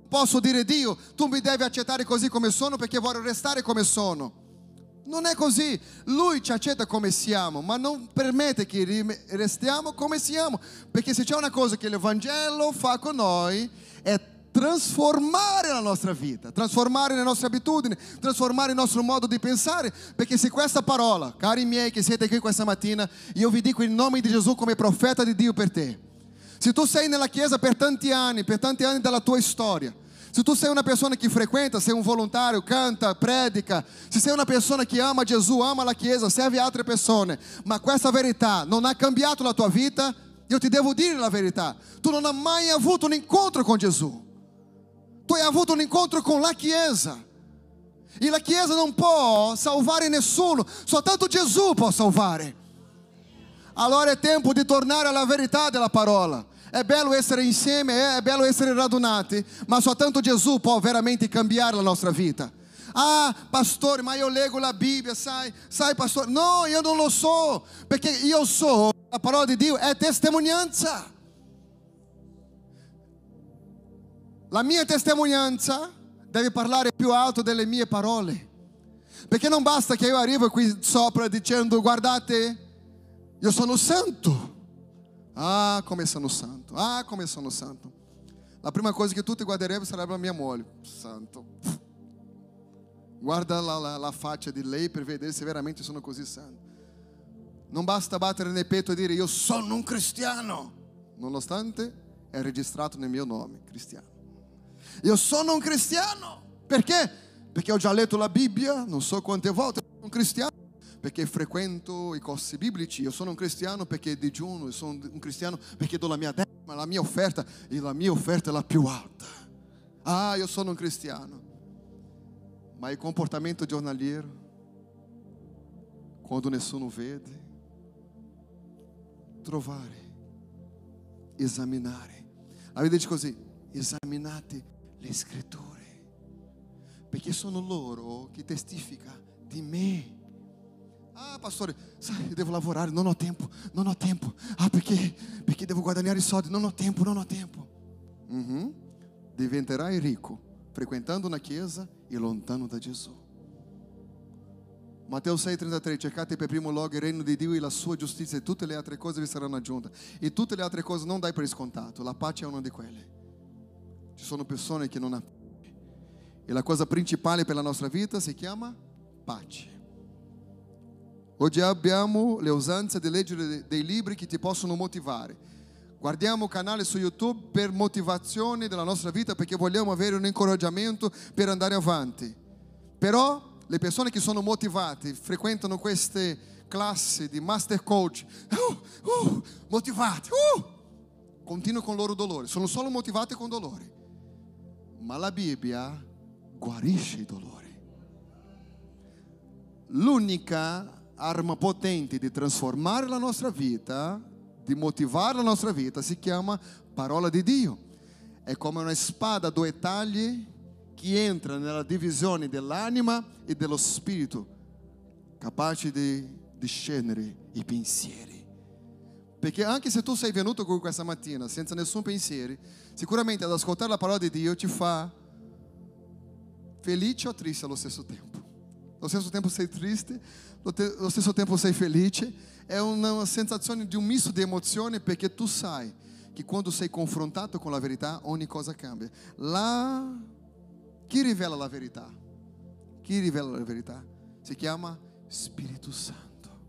Posso dire, Dio, tu mi devi accettare così come sono perché voglio restare come sono. Non è così. Lui ci accetta come siamo, ma non permette che restiamo come siamo, perché se c'è una cosa che il Vangelo fa con noi è trasformare la nostra vita, trasformare le nostre abitudini, trasformare il nostro modo di pensare, perché se questa parola, cari miei che siete qui questa mattina, io vi dico in nome di Gesù come profeta di Dio per te. Se tu sei nella chiesa per tanti anni, per tanti anni della tua storia, se tu sei una persona che frequenta, sei un volontario, canta, predica, se sei una persona che ama Gesù, ama la chiesa, serve altre persone, ma questa verità non ha cambiato la tua vita, io ti devo dire la verità, tu non hai mai avuto un incontro con Gesù. Tu hai avuto un incontro con la Chiesa. E la Chiesa non può salvare nessuno, soltanto Gesù può salvare. Allora è tempo di tornare alla verità della parola. È bello essere insieme, è bello essere radunati, ma soltanto Gesù può veramente cambiare la nostra vita. Ah, pastore, ma io leggo la Bibbia, sai, sai pastore? No, io non lo so, perché io so, la parola di Dio è testimonianza. La mia testimonianza deve parlare più alto delle mie parole, perché non basta che io arrivo qui sopra dicendo guardate, io sono santo. Ah, come sono santo, ah, come sono santo. La prima cosa che tutti guarderebbero sarebbe la mia moglie. Santo. Guarda la, la, la faccia di lei per vedere se veramente sono così santo. Non basta battere nel petto e dire io sono un cristiano, nonostante è registrato nel mio nome, cristiano. Io sono un cristiano. Perché? Perché ho già letto la Bibbia, non so quante volte. Sono un cristiano perché frequento i corsi biblici. Io sono un cristiano perché digiuno. Io sono un cristiano perché do la mia decima, la mia offerta. E la mia offerta è la più alta. Ah, io sono un cristiano. Ma il comportamento giornaliero, quando nessuno vede, trovare, esaminare. La Bibbia dice così: esaminate le scritture, perché sono loro che testificano di me. Ah, pastore, sai, devo lavorare, non ho tempo, non ho tempo. Ah, perché? Perché devo guadagnare i soldi, non ho tempo, non ho tempo. Uhum. Diventerai ricco frequentando una chiesa e lontano da Gesù. Matteo sei trentatré, cercate per primo luogo il regno di Dio e la sua giustizia e tutte le altre cose vi saranno aggiunte. E tutte le altre cose non dai per scontato, la pace è una di quelle. Ci sono persone che non hanno pace. E la cosa principale per la nostra vita si chiama pace. Oggi abbiamo le usanze di leggere dei libri che ti possono motivare. Guardiamo un canale su YouTube per motivazione della nostra vita, perché vogliamo avere un incoraggiamento per andare avanti. Però le persone che sono motivate frequentano queste classi di master coach. Uh, uh, motivati, uh, continuano con il loro dolore. Sono solo motivati con dolore. Ma la Bibbia guarisce i dolori. L'unica arma potente di trasformare la nostra vita, di motivare la nostra vita, si chiama parola di Dio. È come una spada a due tagli che entra nella divisione dell'anima e dello spirito, capace di discernere i pensieri. Perché anche se tu sei venuto qui questa mattina senza nessun pensiero, sicuramente ad ascoltare la parola di Dio ti fa felice o triste allo stesso tempo. Allo stesso tempo sei triste, allo stesso tempo sei felice. È una sensazione di un misto di emozioni, perché tu sai che quando sei confrontato con la verità ogni cosa cambia. La... Chi rivela la verità? Chi rivela la verità? Si chiama Spirito Santo.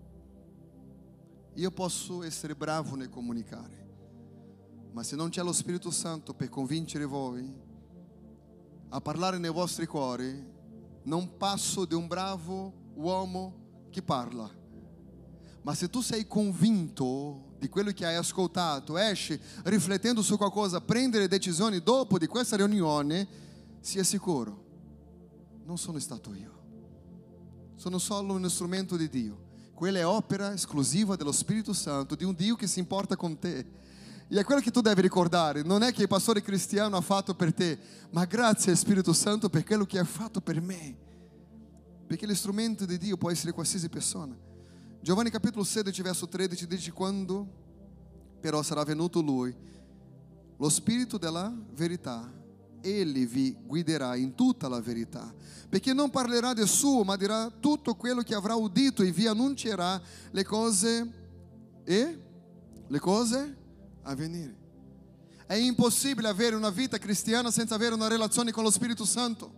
Io posso essere bravo nel comunicare, ma se non c'è lo Spirito Santo per convincere voi a parlare nei vostri cuori, non passo di un bravo uomo che parla. Ma se tu sei convinto di quello che hai ascoltato, esci riflettendo su qualcosa, prendere decisioni dopo di questa riunione, sia sicuro, non sono stato io, sono solo un strumento di Dio. Quella è opera esclusiva dello Spirito Santo, di un Dio che si importa con te. E è quello che tu devi ricordare. Non è che il pastore Cristiano ha fatto per te, ma grazie al Spirito Santo per quello che ha fatto per me. Perché l'istrumento di Dio può essere qualsiasi persona. Giovanni capitolo sedici verso tredici dice: quando però sarà venuto Lui, lo Spirito della verità, Egli vi guiderà in tutta la verità, perché non parlerà del suo, ma dirà tutto quello che avrà udito e vi annuncerà le cose e le cose a venire. È impossibile avere una vita cristiana senza avere una relazione con lo Spirito Santo.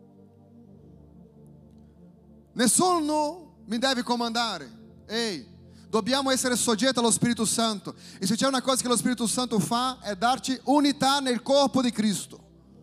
Nessuno mi deve comandare. Ehi, dobbiamo essere soggetti allo Spirito Santo. E se c'è una cosa che lo Spirito Santo fa è darci unità nel corpo di Cristo.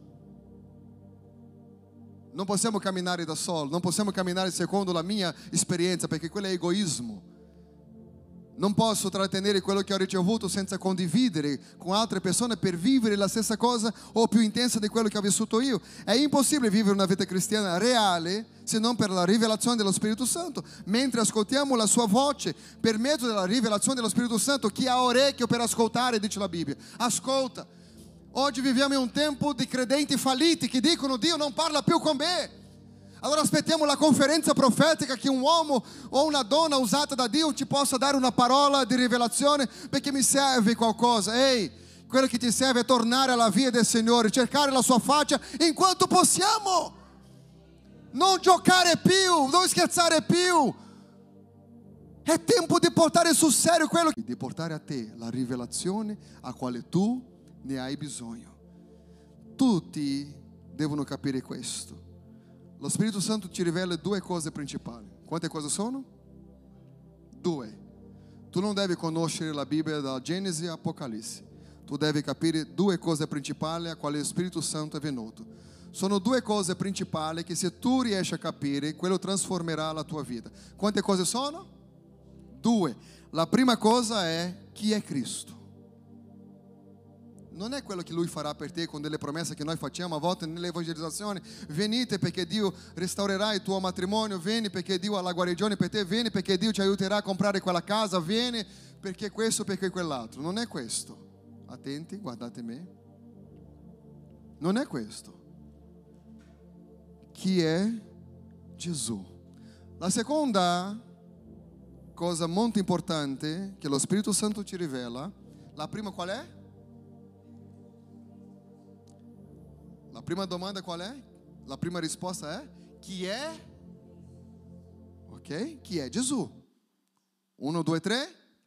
Non possiamo camminare da solo, non possiamo camminare secondo la mia esperienza, perché quello è egoismo. Non posso trattenere quello che ho ricevuto senza condividere con altre persone per vivere la stessa cosa o più intensa di quello che ho vissuto io. È impossibile vivere una vita cristiana reale se non per la rivelazione dello Spirito Santo. Mentre ascoltiamo la sua voce per mezzo della rivelazione dello Spirito Santo, chi ha orecchio per ascoltare, dice la Bibbia, ascolta. Oggi viviamo in un tempo di credenti falliti che dicono Dio non parla più con me. Allora aspettiamo la conferenza profetica che un uomo o una donna usata da Dio ci possa dare una parola di rivelazione perché mi serve qualcosa. Ehi, quello che ti serve è tornare alla via del Signore, cercare la sua faccia in quanto possiamo. Non giocare più, non scherzare più. È tempo di portare sul serio quello che... di portare a te la rivelazione a quale tu ne hai bisogno. Tutti devono capire questo. Lo Spirito Santo ci rivela due cose principali. Quante cose sono? Due. Tu non devi conoscere la Bibbia da Genesi a Apocalisse. Tu devi capire due cose principali a quali lo Spirito Santo è venuto. Sono due cose principali che se tu riesci a capire, quello trasformerà la tua vita. Quante cose sono? Due. La prima cosa è chi è Cristo. Non è quello che Lui farà per te con delle promesse che noi facciamo a volte nell'evangelizzazione. Venite perché Dio restaurerà il tuo matrimonio, vieni perché Dio ha la guarigione per te, vieni perché Dio ti aiuterà a comprare quella casa, vieni perché questo, perché quell'altro. Non è questo. Attenti, guardate me. Non è questo. Chi è Gesù? La seconda cosa molto importante che lo Spirito Santo ci rivela, la prima qual è? La prima domanda qual è? La prima risposta è chi è? Ok? Chi è Gesù? Uno, due, tre.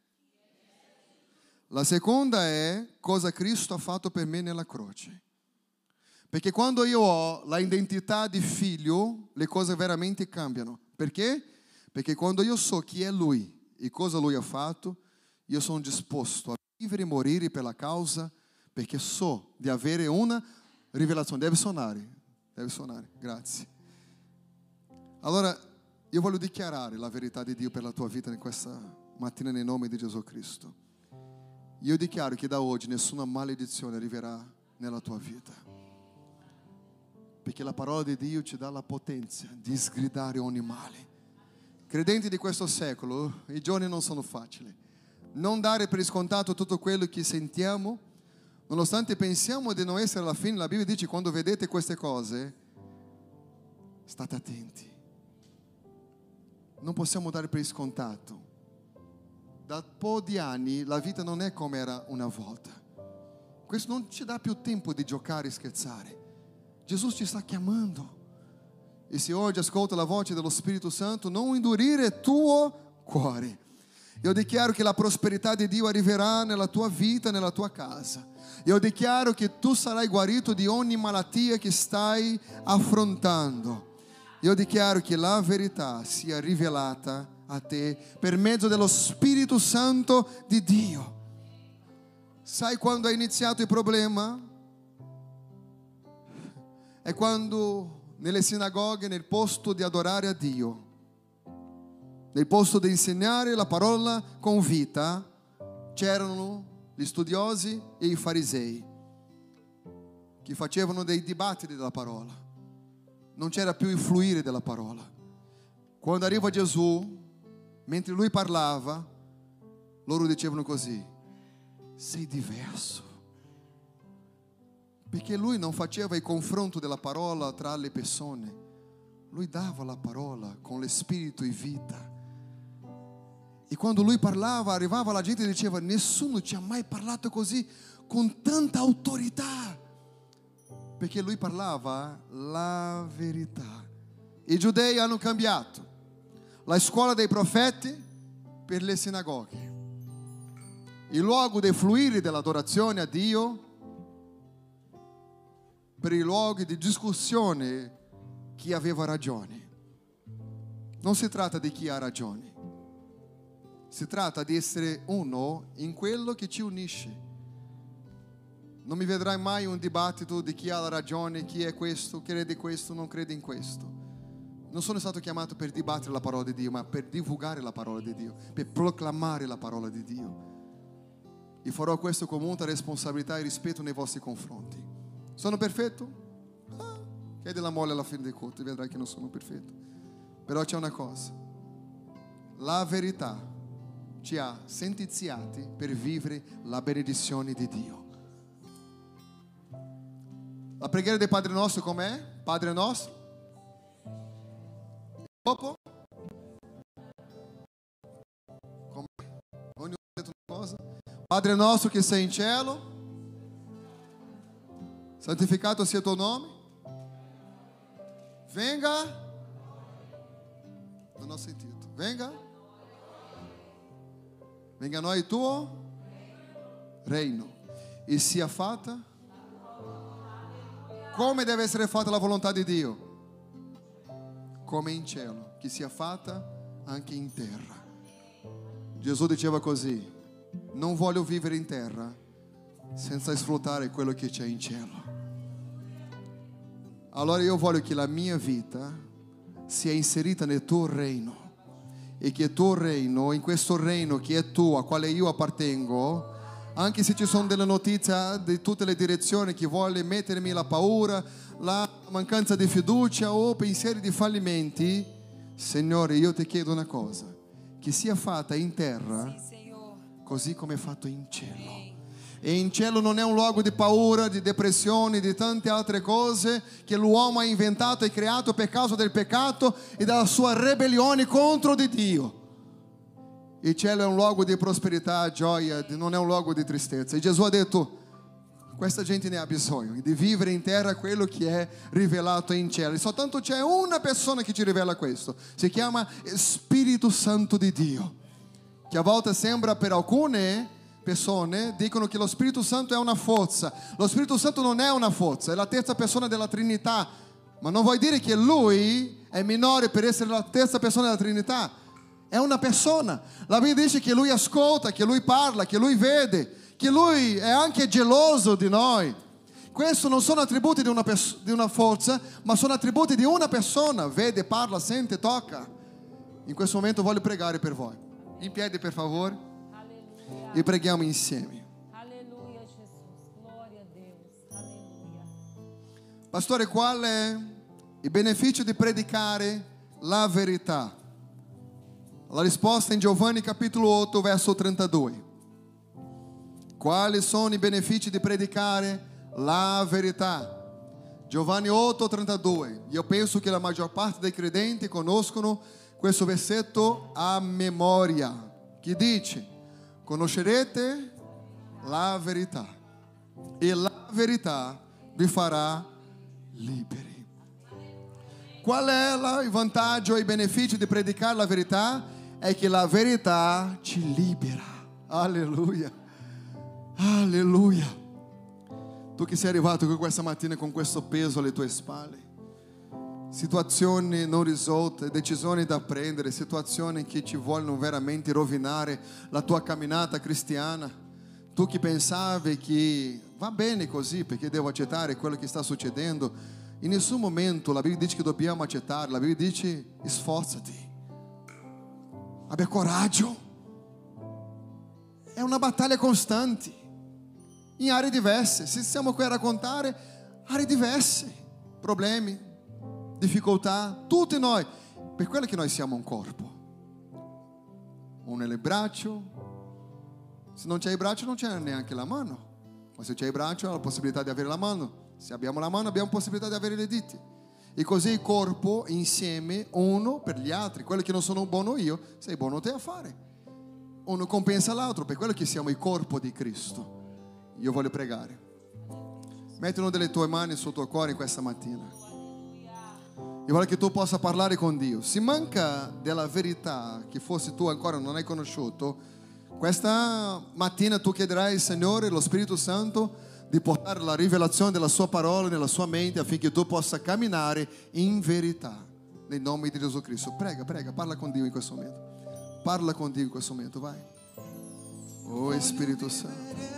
La seconda è cosa Cristo ha fatto per me nella croce. Perché quando io ho la identità di figlio, le cose veramente cambiano. Perché? Perché quando io so chi è Lui e cosa Lui ha fatto, io sono disposto a vivere e morire per la causa, perché so di avere una rivelazione. Deve suonare, deve suonare, grazie. Allora, io voglio dichiarare la verità di Dio per la tua vita in questa mattina nel nome di Gesù Cristo. Io dichiaro che da oggi nessuna maledizione arriverà nella tua vita. Perché la parola di Dio ci dà la potenza di sgridare ogni male. Credenti di questo secolo, i giorni non sono facili. Non dare per scontato tutto quello che sentiamo, nonostante pensiamo di non essere alla fine. La Bibbia dice: quando vedete queste cose, state attenti. Non possiamo dare per scontato. Da un po' di anni la vita non è come era una volta. Questo non ci dà più tempo di giocare e scherzare. Gesù ci sta chiamando. E se oggi ascolta la voce dello Spirito Santo, non indurire il tuo cuore. Io dichiaro che la prosperità di Dio arriverà nella tua vita, nella tua casa. Io dichiaro che tu sarai guarito di ogni malattia che stai affrontando. Io dichiaro che la verità sia rivelata a te per mezzo dello Spirito Santo di Dio. Sai quando è iniziato il problema? È quando nelle sinagoghe, nel posto di adorare a Dio, nel posto di insegnare la parola con vita, c'erano gli studiosi e i farisei che facevano dei dibattiti della parola. Non c'era più il fluire della parola. Quando arriva Gesù, mentre lui parlava, loro dicevano così: sei diverso. Perché lui non faceva il confronto della parola tra le persone, lui dava la parola con lo spirito e vita. E quando lui parlava, arrivava la gente e diceva: nessuno ci ha mai parlato così, con tanta autorità. perché lui parlava la verità. I giudei hanno cambiato la scuola dei profeti per le sinagoghe, il luogo dei fluiri dell'adorazione a Dio per i luoghi di discussione chi aveva ragione. Non si tratta di chi ha ragione, si tratta di essere uno in quello che ci unisce. Non mi vedrai mai un dibattito di chi ha la ragione, chi è questo, crede questo, non crede in questo. Non sono stato chiamato per dibattere la parola di Dio, ma per divulgare la parola di Dio, per proclamare la parola di Dio. E farò questo con molta responsabilità e rispetto nei vostri confronti. Sono perfetto? Ah, chiedi la mole alla fine dei conti, vedrai che non sono perfetto. Però c'è una cosa: la verità ci ha sentenziati per vivere la benedizione di Dio. La preghiera del Padre Nostro com'è? Padre Nostro. Dopo? Com'è? Ognuno ha detto una cosa? Padre Nostro che sei in cielo, santificato sia il tuo nome. Venga. Non ho sentito. Venga. Venga a noi il tuo reino e sia fatta come deve essere fatta la volontà di Dio, come in cielo, che sia fatta anche in terra. Gesù diceva così: non voglio vivere in terra senza sfruttare quello che c'è in cielo. Allora io voglio che la mia vita sia inserita nel tuo reino e che il tuo reino, in questo reino che è tuo, a quale io appartengo, anche se ci sono delle notizie di tutte le direzioni che vuole mettermi la paura, la mancanza di fiducia o pensieri di fallimenti, Signore, io ti chiedo una cosa: che sia fatta in terra così come è fatto in cielo. E in cielo non è un luogo di paura, di depressione, di tante altre cose che l'uomo ha inventato e creato per causa del peccato e della sua ribellione contro di Dio. Il cielo è un luogo di prosperità, gioia, non è un luogo di tristezza. E Gesù ha detto: questa gente ne ha bisogno di vivere in terra quello che è rivelato in cielo. E soltanto c'è una persona che ci rivela questo, si chiama Spirito Santo di Dio, che a volte sembra, per alcune persone dicono che lo Spirito Santo è una forza. Lo Spirito Santo non è una forza, è la terza persona della Trinità, ma non vuol dire che lui è minore per essere la terza persona della Trinità. È una persona. La Bibbia dice che lui ascolta, che lui parla, che lui vede, che lui è anche geloso di noi. Questi non sono attributi di una, pers- di una forza, ma sono attributi di una persona. Vede, parla, sente, tocca. In questo momento voglio pregare per voi. In piedi, per favore. Alleluia. E preghiamo insieme. Alleluia, Jesus. Glória a Deus. Alleluia. Pastore, qual è il beneficio di predicare la verità? La risposta in Giovanni capitolo otto, verso trentadue. Quali sono i benefici di predicare la verità? Giovanni otto, trentadue. Io penso che la maggior parte dei credenti conoscono questo versetto a memoria, che dice: conoscerete la verità e la verità vi farà liberi. Qual è il vantaggio e i benefici di predicare la verità? È che la verità ci libera. Alleluia. Alleluia. Tu che sei arrivato qui questa mattina con questo peso alle tue spalle, situazioni non risolte, decisioni da prendere, situazioni che ci vogliono veramente rovinare la tua camminata cristiana. Tu che pensavi che va bene così perché devo accettare quello che sta succedendo, in nessun momento la Bibbia dice che dobbiamo accettare. La Bibbia dice: sforzati, abbia coraggio. È una battaglia costante in aree diverse. Se siamo qui a raccontare aree diverse, problemi, difficoltà, tutti noi, per quello che noi siamo un corpo. Uno è il braccio, se non c'è il braccio non c'è neanche la mano, ma se c'è il braccio hai la possibilità di avere la mano, se abbiamo la mano abbiamo possibilità di avere le dita. E così il corpo insieme, uno per gli altri. Quello che non sono buono io, sei buono te a fare. Uno compensa l'altro, per quello che siamo il corpo di Cristo. Io voglio pregare. Metti una delle tue mani sul tuo cuore questa mattina. Io voglio che tu possa parlare con Dio. Se manca della verità che forse tu ancora non hai conosciuto, questa mattina tu chiederai al Signore, lo Spirito Santo, di portare la rivelazione della sua parola nella sua mente affinché tu possa camminare in verità. Nel nome di Gesù Cristo. Prega, prega, parla con Dio in questo momento. Parla con Dio in questo momento, vai. Oh Spirito Santo.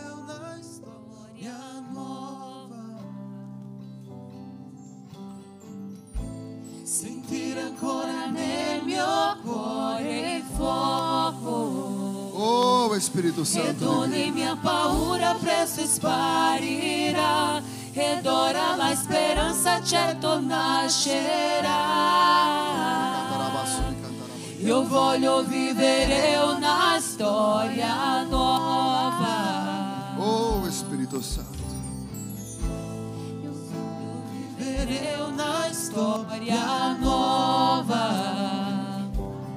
Sentire ancora nel mio cuore il fuoco. Oh Spirito Santo. Ed ogni mia paura presto sparirà. Ed ora la speranza certo nascerà. Io voglio vivere una storia nuova. Oh Spirito Santo. Io voglio vivere una storia nuova.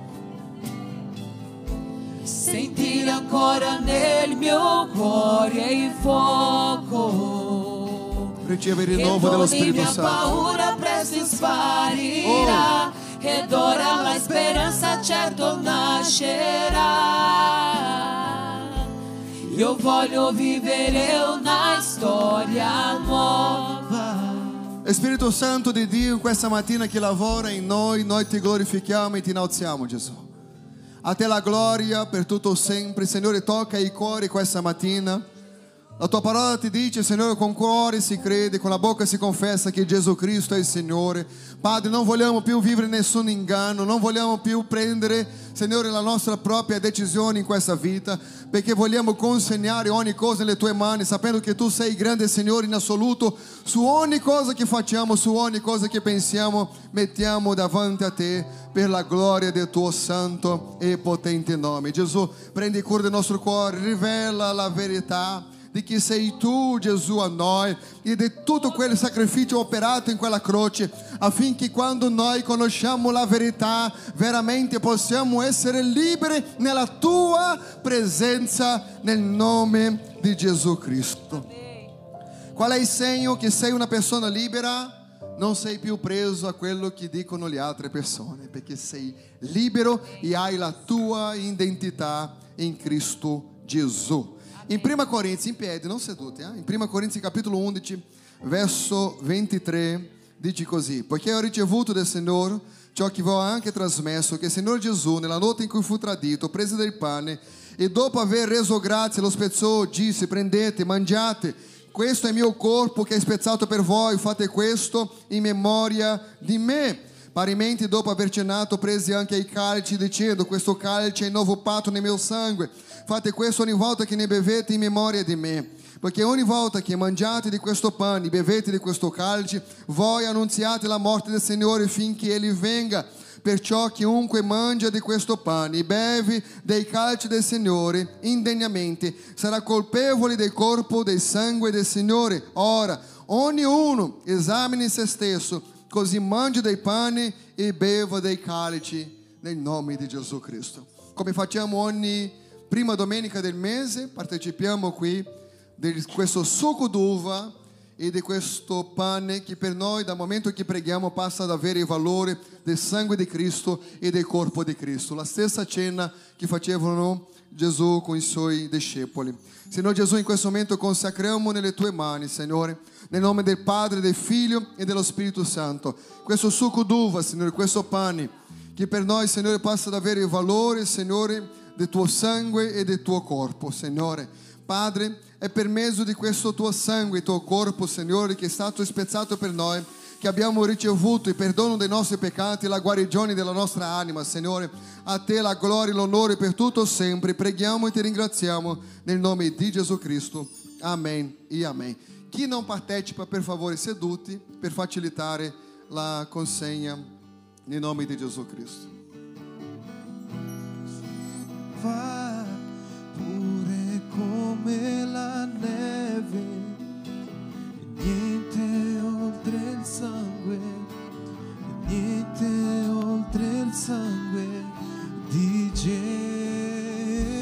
Sentire ancora nel mio cuore il fuoco. Riceve il rinnovo dello Spirito Santo. E ogni mia paura presto sparirà. Oh. Ed ora la speranza certo nascerà. Io voglio vivere una storia nuova. Spirito Santo di Dio, questa mattina che lavora in noi, noi ti glorifichiamo e ti innalziamo, Gesù. A te la gloria per tutto sempre. Signore, tocca i cuori questa mattina. La tua parola ti dice, Signore, con cuore si crede, con la bocca si confessa che Gesù Cristo è il Signore. Padre, non vogliamo più vivere nessun inganno, non vogliamo più prendere, Signore, la nostra propria decisione in questa vita, perché vogliamo consegnare ogni cosa nelle tue mani, sapendo che tu sei grande Signore in assoluto. Su ogni cosa che facciamo, su ogni cosa che pensiamo, mettiamo davanti a te per la gloria del tuo santo e potente nome. Gesù, prendi cura del nostro cuore, rivela la verità di che sei tu, Gesù, a noi e di tutto quel sacrificio operato in quella croce, affinché quando noi conosciamo la verità veramente possiamo essere liberi nella tua presenza, nel nome di Gesù Cristo. Qual è il segno che sei una persona libera? Non sei più preso a quello che dicono le altre persone, perché sei libero e hai la tua identità in Cristo Gesù. In prima Corinzi, in piedi, non seduti, eh? In prima Corinzi capitolo undici, verso ventitré, dice così: poiché ho ricevuto del Signore ciò che vi ho anche trasmesso, che il Signore Gesù, nella notte in cui fu tradito, prese del pane e dopo aver reso grazie lo spezzò, disse: prendete, mangiate, questo è il mio corpo che è spezzato per voi, fate questo in memoria di me. Parimenti, dopo aver cenato, prese anche il calice, dicendo: questo calice è il nuovo patto nel mio sangue, fate questo ogni volta che ne bevete in memoria di me. Perché ogni volta che mangiate di questo pane e bevete di questo calice, voi annunziate la morte del Signore finché Egli venga. Perciò chiunque mangia di questo pane e beve dei calici del Signore indegnamente sarà colpevole del corpo, del sangue del Signore. Ora, ognuno esamini se stesso, così mangia dei pani e beva dei calici nel nome di Gesù Cristo. Come facciamo ogni prima domenica del mese, partecipiamo qui di questo succo d'uva e di questo pane che per noi, dal momento che preghiamo, passa ad avere il valore del sangue di Cristo e del corpo di Cristo. La stessa cena che facevano Gesù con i suoi discepoli. Signore Gesù, in questo momento consacriamo nelle tue mani, Signore, nel nome del Padre, del Figlio e dello Spirito Santo, questo succo d'uva, Signore, questo pane, che per noi, Signore, passa ad avere il valore, Signore, del tuo sangue e del tuo corpo, Signore. Padre, è per mezzo di questo tuo sangue e tuo corpo, Signore, che è stato spezzato per noi, che abbiamo ricevuto il perdono dei nostri peccati e la guarigione della nostra anima, Signore. A te la gloria e l'onore per tutto sempre. Preghiamo e ti ringraziamo nel nome di Gesù Cristo. Amen e amen. Chi non partecipa, per favore, seduti per facilitare la consegna nel nome di Gesù Cristo. Va pure come la neve, e niente oltre il sangue, e niente oltre il sangue di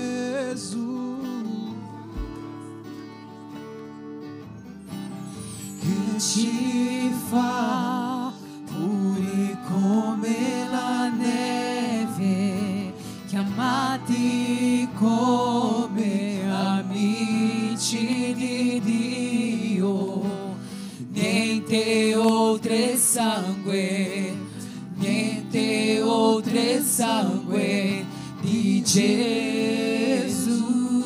Gesù. che ci fa puri come la neve, chiamati come amici di Dio. Niente oltre il sangue, niente oltre il sangue di Gesù.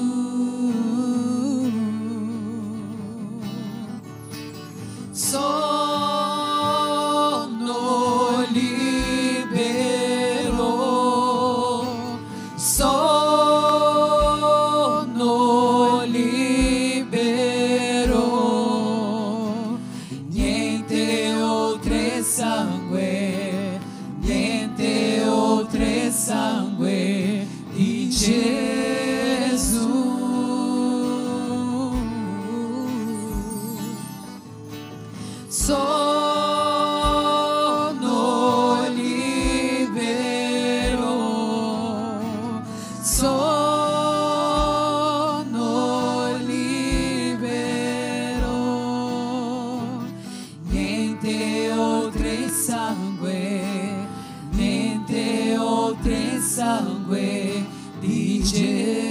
Sono libero, sono libero, niente oltre il sangue, niente oltre il sangue di Gesù. Sono libero, sono libero, niente oltre il sangue, niente oltre il sangue di Gesù.